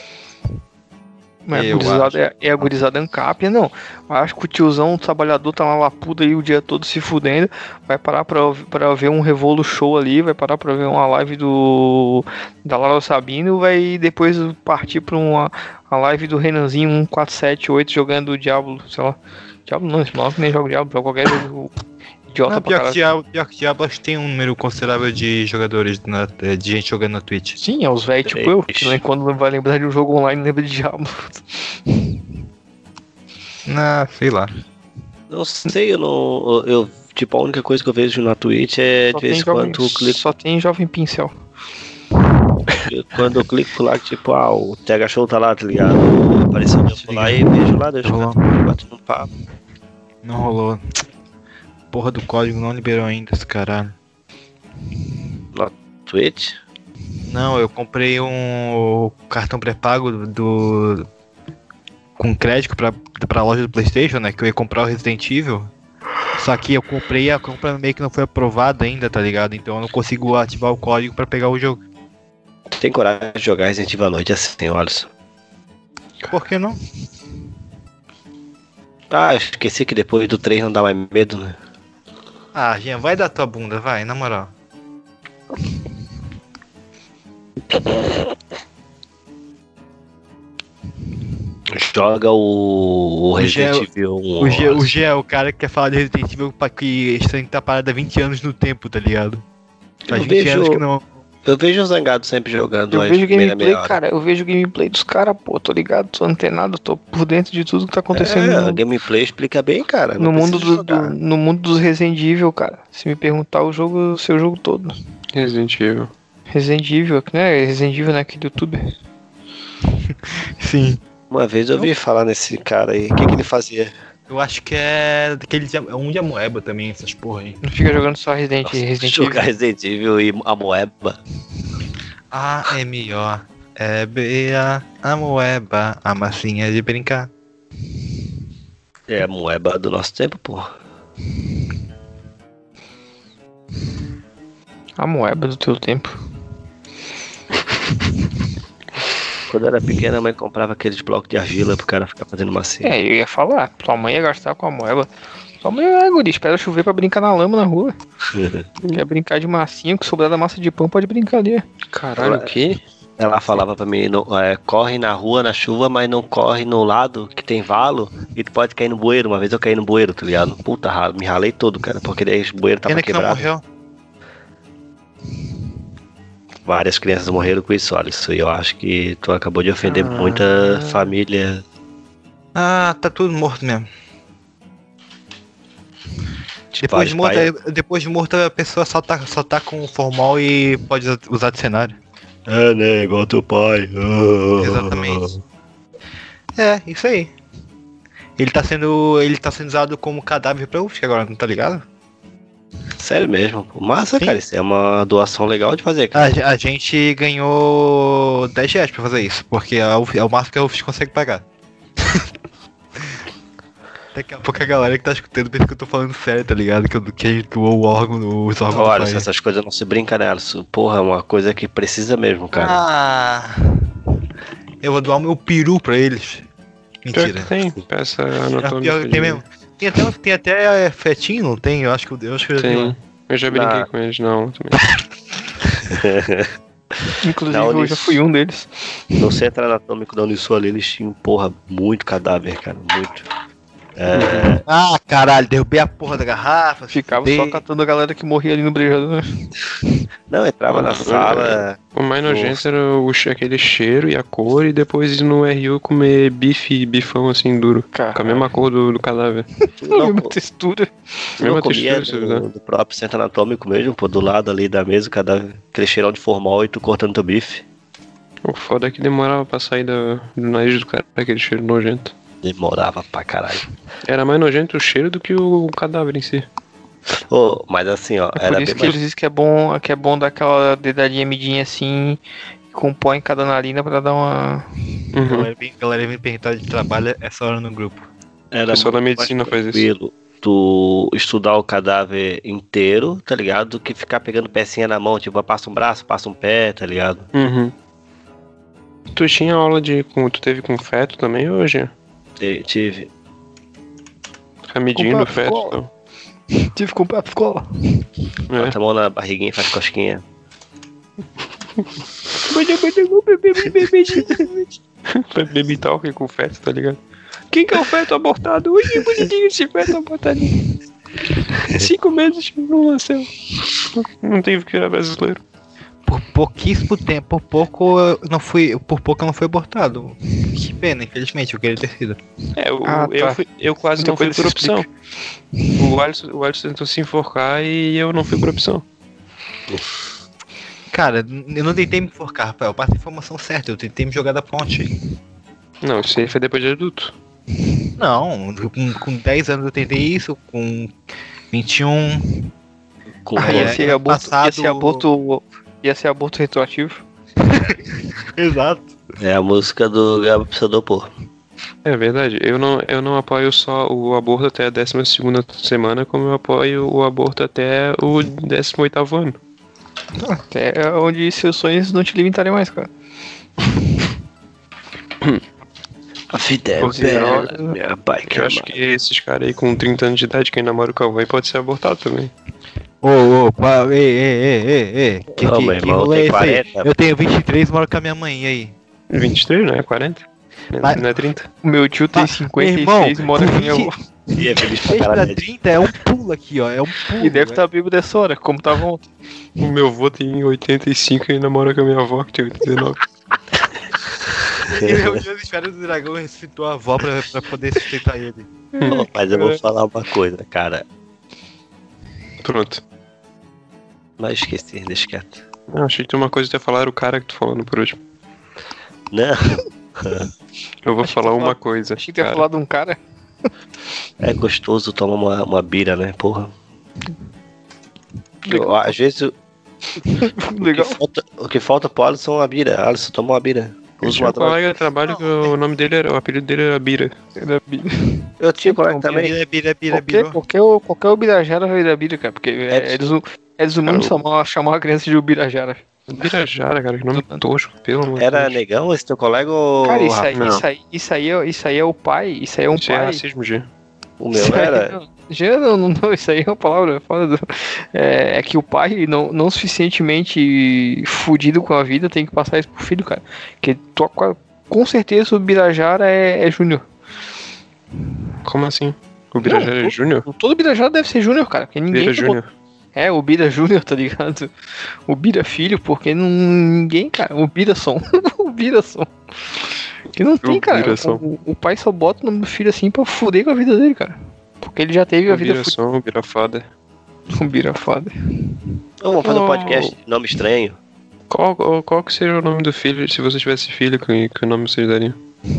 Mas a Eu gurizada é, é a gurizada Ancapia, não. Eu acho que o tiozão, o trabalhador, tá na lapuda aí o dia todo se fudendo. Vai parar pra, pra ver um Revolu Show ali, vai parar pra ver uma live do da Lara Sabino, vai depois partir pra uma a live do Renanzinho um quatro sete oito jogando o Diablo, sei lá. Diablo não, esse maluco nem joga Diablo, joga qualquer jogo idiota Não, pra pior, que caralho. Diablo, pior que Diablo, acho que tem um número considerável de jogadores, na- de gente jogando na Twitch. Sim, é os velhos tipo eu, que nem quando vai lembrar de um jogo online lembra de Diablo. Ah, sei lá. Não sei, eu não. Eu, tipo, a única coisa que eu vejo na Twitch é Só de vez tem em quando jovem, eu clico. só tem jovem pincel. Quando eu clico lá, tipo, ah, o T H Show tá lá, tá ligado? Apareceu eu lá e vejo lá, deixa eu bater no papo. Não rolou. Porra do código não liberou ainda esse caralho. Twitch? Não, eu comprei um cartão pré-pago do, do- com crédito pra, pra loja do PlayStation, né? Que eu ia comprar o Resident Evil. Só que eu comprei e a compra meio que não foi aprovada ainda, tá ligado? Então eu não consigo ativar o código pra pegar o jogo. Tem coragem de jogar Resident Evil à noite assim, olha só. Por que não? Ah, eu esqueci que depois do três não dá mais medo, né? Ah, Jean, vai dar tua bunda, vai, na moral. Joga o, o Resident Geo- Evil um. O G, o G é o cara que quer falar de Resident Evil pra que estranho que tá parado há vinte anos no tempo, tá ligado? Faz Eu vinte vejo- anos que não. Eu vejo o Zangado sempre jogando. Eu as vejo primeiras gameplay, meia hora. cara, eu vejo gameplay dos caras, pô, tô ligado, tô antenado, tô por dentro de tudo que tá acontecendo É, a no, gameplay explica bem, cara. no não mundo precisa do, do- jogar. no mundo dos Resident Evil, cara. Se me perguntar o jogo, o seu jogo todo. Resident Evil. Resident Evil, né? Resident Evil naquele youtuber. Sim. Uma vez eu ouvi falar nesse cara aí. O que, que ele fazia? Eu acho que é daquele de, é um de Amoeba também, essas porra aí. Não fica jogando só Resident, Nossa, Resident jogar Evil. Resident Evil e a Moeba. A M O é B A Amoeba, a massinha de brincar. É a Moeba do nosso tempo, pô. A moeba do teu tempo. Quando eu era pequena, a mãe comprava aqueles blocos de argila pro cara ficar fazendo massinha. É, eu ia falar, tua mãe ia gastar com a moeba. Tua mãe é guri, espera chover pra brincar na lama na rua. Quer brincar de massinha, o que sobrar da massa de pão pode brincar ali. Caralho, o quê? Ela falava pra mim, não, é, corre na rua, na chuva, mas não corre no lado que tem valo e tu pode cair no bueiro. Uma vez eu caí no bueiro, tá ligado? Puta, ra- me ralei todo, cara, porque daí o bueiro tava Pena que não quebrado. morreu. Várias crianças morreram com isso, olha, isso aí eu acho que tu acabou de ofender Ah. muita família. Ah, tá tudo morto mesmo. Tipo, Depois de, morto, pai- é- depois de morto a pessoa só tá, só tá com formal e pode usar- usar de cenário. É, né, igual teu pai. Exatamente. É, isso aí. Ele tá sendo. Ele tá sendo usado como cadáver pra U F agora, não tá ligado? Sério mesmo, pô. Massa, Sim. cara. Isso é uma doação legal de fazer, A, cara. ge- a gente ganhou dez reais pra fazer isso, porque é o, é o máximo que a U F S C consegue pagar. Daqui a pouco a galera que tá escutando pensa que eu tô falando sério, tá ligado? Que, eu, que a gente doou o órgão, os órgãos do Olha, país. essas coisas não se brinca, né, Alisson? Porra, é uma coisa que precisa mesmo, cara. Ah, eu vou doar o meu peru pra eles. Pior Mentira. que tem, peça É, anatômica. pior que de- tem mesmo. Tem até, tem até é, fetinho, não tem? Eu acho que eu, eu acho que eu já vi lá. Tem. Eu já brinquei Na- com eles, não, também. Inclusive, Na eu Unis- já fui um deles. No centro anatômico da Unisul ali, eles tinham, porra, muito cadáver, cara. Muito. É, Ah, caralho, derrubei a porra da garrafa. se Ficava fuder. só catando a galera que morria ali no brejador. não, entrava na sala. O mais nojento era o, che- aquele cheiro e a cor, e depois ir no R U comer bife, bifão assim duro. Cara, Com a mesma cor do, do cadáver. a Não, mesma pô, textura. tu não mesma comia textura, do, né? do próprio centro anatômico mesmo, pô, do lado ali da mesa, cadáver, aquele cheirão de formal e tu cortando teu bife. O foda é que demorava pra sair da, do nariz do cara, aquele cheiro nojento. Demorava pra caralho. Era mais nojento o cheiro do que o cadáver em si. Ô, mas assim, ó, É era por isso bem que mais... eles dizem que é bom, que é bom dar aquela dedadinha midinha assim, com pó em cada narina pra dar uma. Uhum. Galera vem, galera vem perguntar de trabalho essa hora no grupo. Era O pessoal da muito medicina mais faz isso. tranquilo tu estudar o cadáver inteiro, tá ligado? Do que ficar pegando pecinha na mão, tipo, passa um braço, passa um pé, tá ligado? Uhum. Tu tinha aula de. Com, tu teve com feto também hoje? Te- Tive. Ficar medindo Com o feto. papo, Então. Tive que comprar pra escola. É. Bota a mão na barriguinha e faz cosquinha. Baby talk com feto, tá ligado? Quem que é o feto abortado? Ui, que bonitinho esse feto abortadinho. Cinco meses não nasceu. Não tem que virar brasileiro. Por pouquíssimo tempo, por pouco eu não fui, por pouco eu não fui abortado. Que pena, infelizmente, eu queria ter sido. É, o, Ah, eu, tá. fui- eu quase Muita não fui coisa por se opção. O Alisson, o Alisson tentou se enforcar e eu não fui por opção. Cara, eu não tentei me enforcar, Rafael. Passa a informação certa, eu tentei me jogar da ponte. Não, isso aí foi depois de adulto. Não, com, com dez anos eu tentei isso, com vinte e um. Com Ah, Ah, ia é, ser ano aborto, ia passado- ser aborto. Ia ser aborto retroativo. Exato. É a música do Gabo Pseudopor. É verdade, eu não, eu não apoio só o aborto até a décima segunda semana, como eu apoio o aborto até o décimo oitavo ano. É onde seus sonhos não te limitarem mais, cara. A vida é Porque bela, eu- minha bike Eu acho que esses caras aí com trinta anos de idade que namora o cowboy pode ser abortado também. Ô, ô, pá, ei, ei, ei, ei, ei. Que, Não, que, meu que irmão, rolê tem é esse aí? quarenta. Eu tenho vinte e três e moro com a minha mãe, e aí? vinte e três, não é? quarenta? Mas- Não é trinta? O meu tio tem Ah, cinquenta e irmão, seis e mora com minha vinte avó. E é feliz pra três pra caralho. trinta é um pulo aqui, ó. É um pulo. E deve é. estar vivo dessa hora, como tava ontem. O meu avô tem oitenta e cinco e namora com a minha avó que tem dezenove. Ele reuniu as esferas do dragão e ressuscitou a avó pra, pra poder sustentar ele. Ó, mas eu vou falar uma coisa, cara. Pronto. Mas esqueci, deixa quieto. Ah, achei que tinha uma coisa que tu ia falar, era o cara que tu falando por último. Não, Eu vou Acho que falar tu uma fala- coisa. Achei que tu ia cara. falar de um cara. é gostoso tomar uma, uma bira, né, porra? Eu, às vezes o que, Legal. falta, o que falta pro Alisson é uma bira. Alisson, toma uma bira. Eu Usa tinha uma um droga. colega de trabalho que o nome dele era, o apelido dele era Bira. Era bi- Eu tinha um colega Então, também. Bira, bira, bira, Qualquer, bira. qualquer, o- qualquer Ubirajara vai da Bira, cara. Porque é, é, desu- é desumano Cara, o- chamar, chamar uma criança de Ubirajara. Birajara, cara, que nome tosco, pelo amor de Era Deus. negão esse teu colega ou Cara, isso aí, Rafa? isso, aí, isso, aí é, isso aí é o pai. Isso aí é um Isso é pai. racismo, G. O meu Isso aí era? não- Já não, não, não, isso aí é uma palavra fora do. É, é que o pai, não, não suficientemente fudido com a vida, tem que passar isso pro filho, cara. Que toca. Com certeza o Birajara é, é Júnior. Como assim? O Birajara Não, é Júnior? Todo Birajara deve ser Júnior, cara. Porque ninguém. Bira Júnior. É, o Bira Júnior, tá ligado? O Bira Filho, porque não, ninguém, cara. O Bira Som. o Bira Som. Que não tem, O cara. Bira Som. O, o pai só bota o nome do filho assim pra fuder com a vida dele, cara. Porque ele já teve a O vida Bira som, o Bira foda. fudida. O Bira foda. Vamos fazer um Oh. podcast de nome estranho. Qual, qual, qual que seria o nome do filho, se você tivesse filho, que, que nome vocês dariam?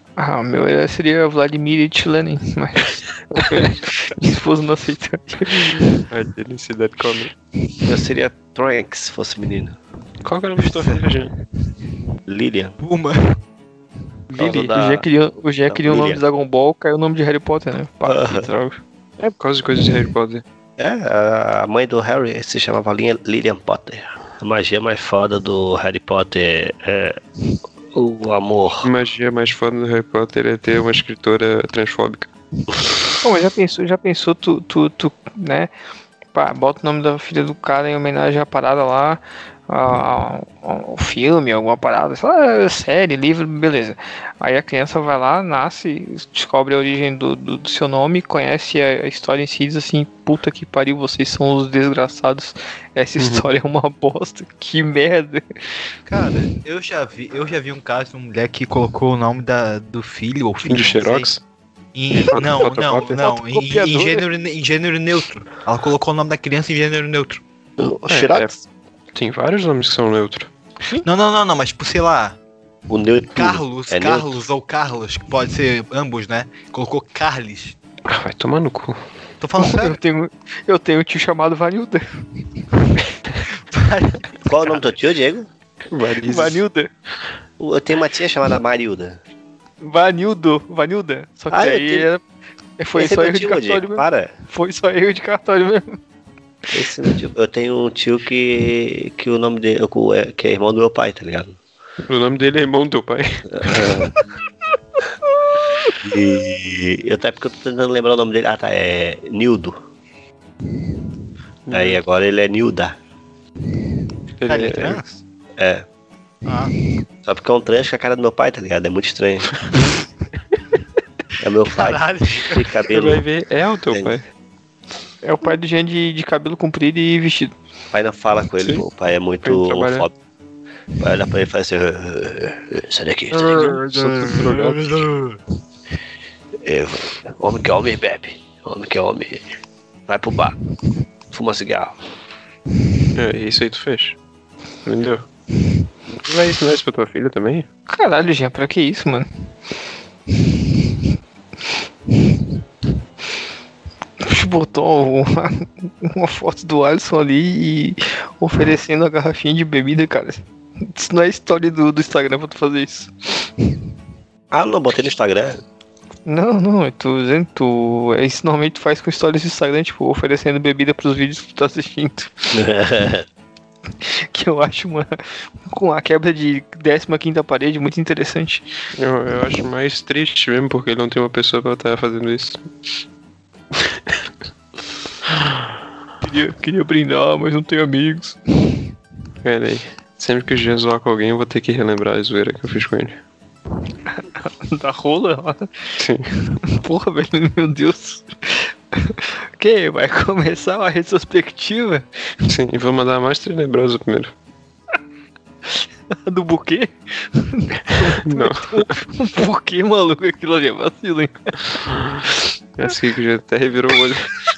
Ah, o meu era- seria Vladimir Ilyich Lenin, mas minha esposa não aceitaria. A felicidade come. Eu seria Trunks se fosse menino. Qual que era o nome de tua filha, Jean? Lilian. Uma. causa Lily, da- o Jean queria, o Jean da queria o nome Lilian. de Dragon Ball, caiu o nome de Harry Potter, né? Pá, Aham. que droga. É por causa de coisas de Harry Potter. É, a mãe do Harry se chamava Lilian Lilian Potter. A magia mais foda do Harry Potter é o amor. A magia mais foda do Harry Potter é ter uma escritora transfóbica. Pô, mas já pensou, já pensou tu, tu, tu, né? Pá, bota o nome da filha do cara em homenagem à parada lá, ao, ao filme, alguma parada, sei lá, série, livro, beleza. Aí a criança vai lá, nasce, descobre a origem do, do, do seu nome, conhece a, a história em si e diz assim, puta que pariu, vocês são os desgraçados, essa história é uma bosta, que merda. Cara, eu já vi, eu já vi um caso de uma mulher que colocou o nome da, do filho ou filho. De não sei, Xerox? Em, não, não, Fotocópia? não, em, em, Fotocopiadora. gênero, em gênero neutro. Ela colocou o nome da criança em gênero neutro. O É, Xerox? Tem vários nomes que são neutros. Não, não, não, não, mas tipo, sei lá, O neutro. Carlos, É Carlos ou Carlos, que pode ser ambos, né? Colocou Carles. Ah, vai tomar no cu. Tô falando Eu sério. tenho, eu tenho um tio chamado Vanilda. Qual é o nome do tio, Diego? Varizes. Vanilda. Eu tenho uma tia chamada Marilda. Vanildo, Vanilda. Só que Ah, eu aí tenho- era- foi Esse é só meu erro de tio, cartório Diego. mesmo. Para. Foi só erro de cartório mesmo. Esse é meu tio. Eu tenho um tio que, que o nome dele é, que é irmão do meu pai, tá ligado? O nome dele é irmão do teu pai. E eu até porque eu tô tentando lembrar o nome dele. Ah, tá. É Nildo. Aí agora ele é Nilda. Cara, Ele ele é é... trans? É. Ah, Só porque é um trans com a cara do meu pai, tá ligado? É muito estranho. É meu pai. caralho. De Você cabelo. vai ver, é o teu Entendi. pai. É o pai do Jean de, de cabelo comprido e vestido. O pai não fala com ele, Sim. pô. O pai é muito Pra ele trabalhar. homofóbico. O pai olha pra ele e fala assim: "Ah, sai daqui, sai daqui. Sou tudo drogado. Eu, homem que é homem bebe. Homem que é homem. Vai pro bar. Fuma cigarro. É, isso aí tu fez. Entendeu? Tu vai ensinar isso pra tua filha também? Caralho, Jean, pra que isso, mano? Botou uma, uma foto do Alisson ali e oferecendo a garrafinha de bebida, cara. Isso não é história do, do Instagram pra tu fazer isso. Ah, não, botei no Instagram. Não, não, eu tô dizendo, tu. é Isso normalmente tu faz com histórias do Instagram, tipo, oferecendo bebida pros vídeos que tu tá assistindo. Que eu acho uma. Com a quebra de décima quinta parede muito interessante. Eu, eu acho mais triste mesmo, porque ele não tem uma pessoa pra estar fazendo isso. Queria, queria brindar, mas não tenho amigos. Pera aí. Sempre que o Jean zoar com alguém, eu vou ter que relembrar a zoeira que eu fiz com ele. Da rola lá. Sim. Porra, velho, meu Deus. Que? Vai começar uma retrospectiva Sim, e vou mandar a mais tenebrosa primeiro. do buquê? Não. Um buquê maluco, aquilo ali é vacilo, hein? Essa aqui que já até revirou o olho.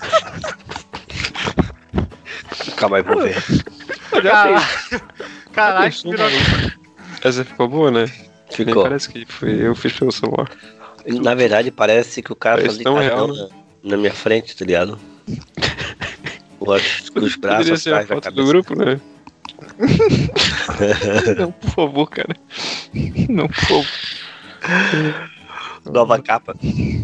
Calma aí, vou ver. Caralho. Caralho, Pensou, virou... maluco? Essa ficou boa, né? Nem Ficou. parece que foi eu fiz pelo celular. Na verdade, parece que o cara Parece fazia tão cartão real, na, na minha frente, tá ligado? Os, os braços Poderia ser a atrás da foto cabeça. do grupo, né? Não, por favor, cara. Não, por favor. Nova capa.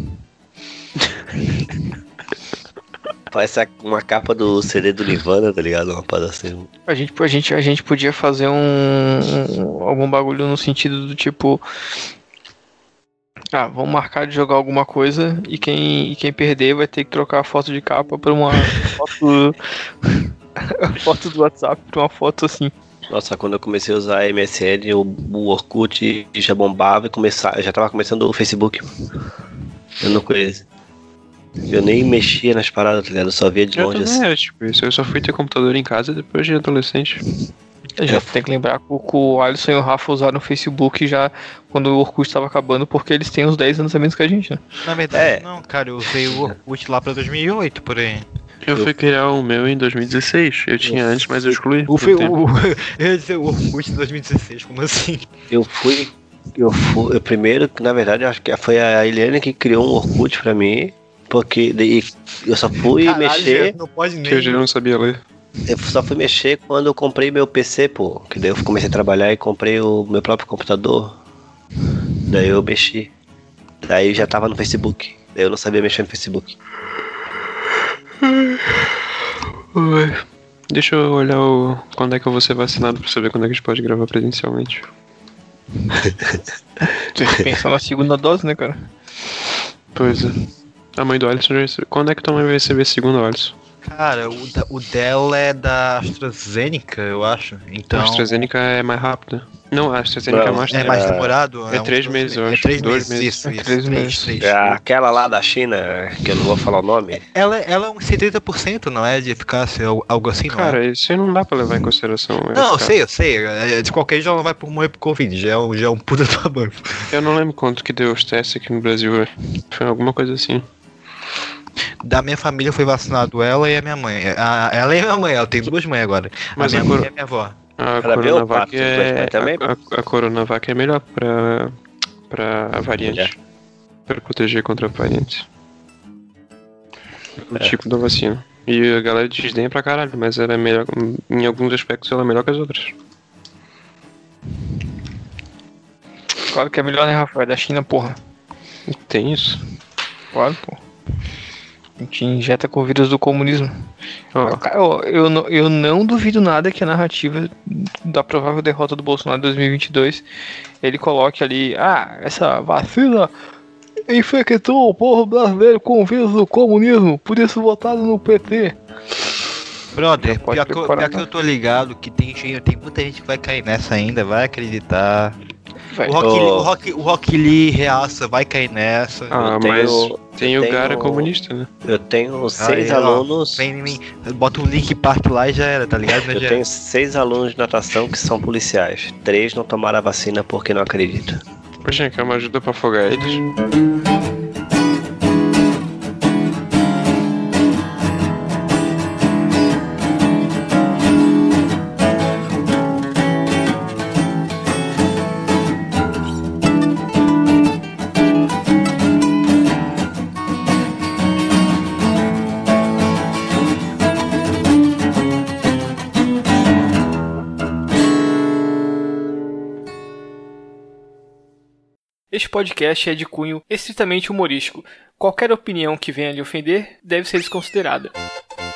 Parece a- uma capa do C D do Nirvana, tá ligado? Uma parada assim. A gente, a, gente, a gente podia fazer um, um- algum bagulho no sentido do tipo. Ah, vamos marcar de jogar alguma coisa e quem, e quem perder vai ter que trocar a foto de capa pra uma foto. A foto do WhatsApp pra uma foto assim. Nossa, quando eu comecei a usar M S N, o, o Orkut já bombava e começava, já tava começando o Facebook. Eu não conheço. Eu nem mexia nas paradas, tá ligado? Eu só via de Eu longe também assim. era, tipo, isso. Eu só fui ter computador em casa depois de adolescente. Já tem que lembrar que o- que o Alisson e o Rafa usaram o Facebook já quando o Orkut estava acabando, porque eles têm uns dez anos a menos que a gente, né? Na verdade, É. não, cara, eu usei o Orkut lá pra dois mil e oito, por aí. Eu fui criar o meu em dois mil e dezesseis. Eu tinha antes, mas eu excluí. O, por fe- tempo. o, eu ia dizer o Orkut de dois mil e dezesseis, como assim? Eu fui Eu fui, eu primeiro, na verdade, eu acho que foi a Eliane que criou um Orkut pra mim, porque daí eu só fui Caralho, mexer, não pode Que eu já nem. não sabia ler. eu só fui mexer quando eu comprei meu P C, pô, que daí eu comecei a trabalhar e comprei o meu próprio computador. Daí eu mexi. Daí eu já tava no Facebook. Daí eu não sabia mexer no Facebook. Ui. Deixa eu olhar o... quando é que eu vou ser vacinado pra saber quando é que a gente pode gravar presencialmente. Tu pensa na segunda dose, né, cara? Pois é. A mãe do Alisson já recebeu. Quando é que tua mãe vai receber a segunda, Alisson? Cara, o, da- o dela é da AstraZeneca, eu acho. Então. A AstraZeneca é mais rápida. Não, a AstraZeneca Não, é mais É mais É, demorado? é uns três dois meses, eu É acho. três Dois meses, meses. isso, É isso. três três, meses. três. É aquela lá da China, que eu não vou falar o nome. Ela, ela é uns setenta por cento, não é? De eficácia, al- algo assim, não é? Cara, isso aí não dá pra levar em consideração. Não, eu cara. sei, eu sei. É, de qualquer jeito ela não vai por morrer por Covid, já é um, já é um puta tamanho. Eu não lembro quanto que deu os testes aqui no Brasil. velho. Foi alguma coisa assim. Da minha família foi vacinado ela e a minha mãe. A, ela e a minha mãe, ela tem duas mães agora. Mas a a minha mãe cor- e a minha avó. A Ela veio Coronavac quatro, é. mas também? A, a, a Coronavac é melhor pra, pra variante. É. Pra proteger contra a variante. O É. tipo da vacina. E a galera desdenha pra caralho, mas ela é melhor. Em alguns aspectos ela é melhor que as outras. Claro que é melhor, né, Rafael? É da China, porra. Tem isso. Claro, pô. A gente injeta com o vírus do comunismo. Ó, Cara, Eu, eu, não- eu não duvido nada que a narrativa da provável derrota do Bolsonaro em dois mil e vinte e dois ele coloque ali, ah, essa vacina infectou o povo brasileiro com o vírus do comunismo, por isso votaram no P T. Brother, Pode pior que, eu, preparar, pior que né? eu tô ligado que tem, gente- tem muita gente que vai cair nessa ainda, vai acreditar. Vai. O Rock, Ô. Lee, o, Rock, o Rock Lee reaça, vai cair nessa. ah, eu tenho- mas tem eu o cara tenho- comunista, né? Eu tenho seis Aí, ó, alunos. Vem em mim, bota o Link Park lá e já era, tá ligado? Eu Já tenho seis alunos de natação que são policiais. Três não tomaram a vacina porque não acreditam. Poxa, quer uma ajuda pra afogar eles? Este podcast é de cunho estritamente humorístico. Qualquer opinião que venha lhe ofender deve ser desconsiderada.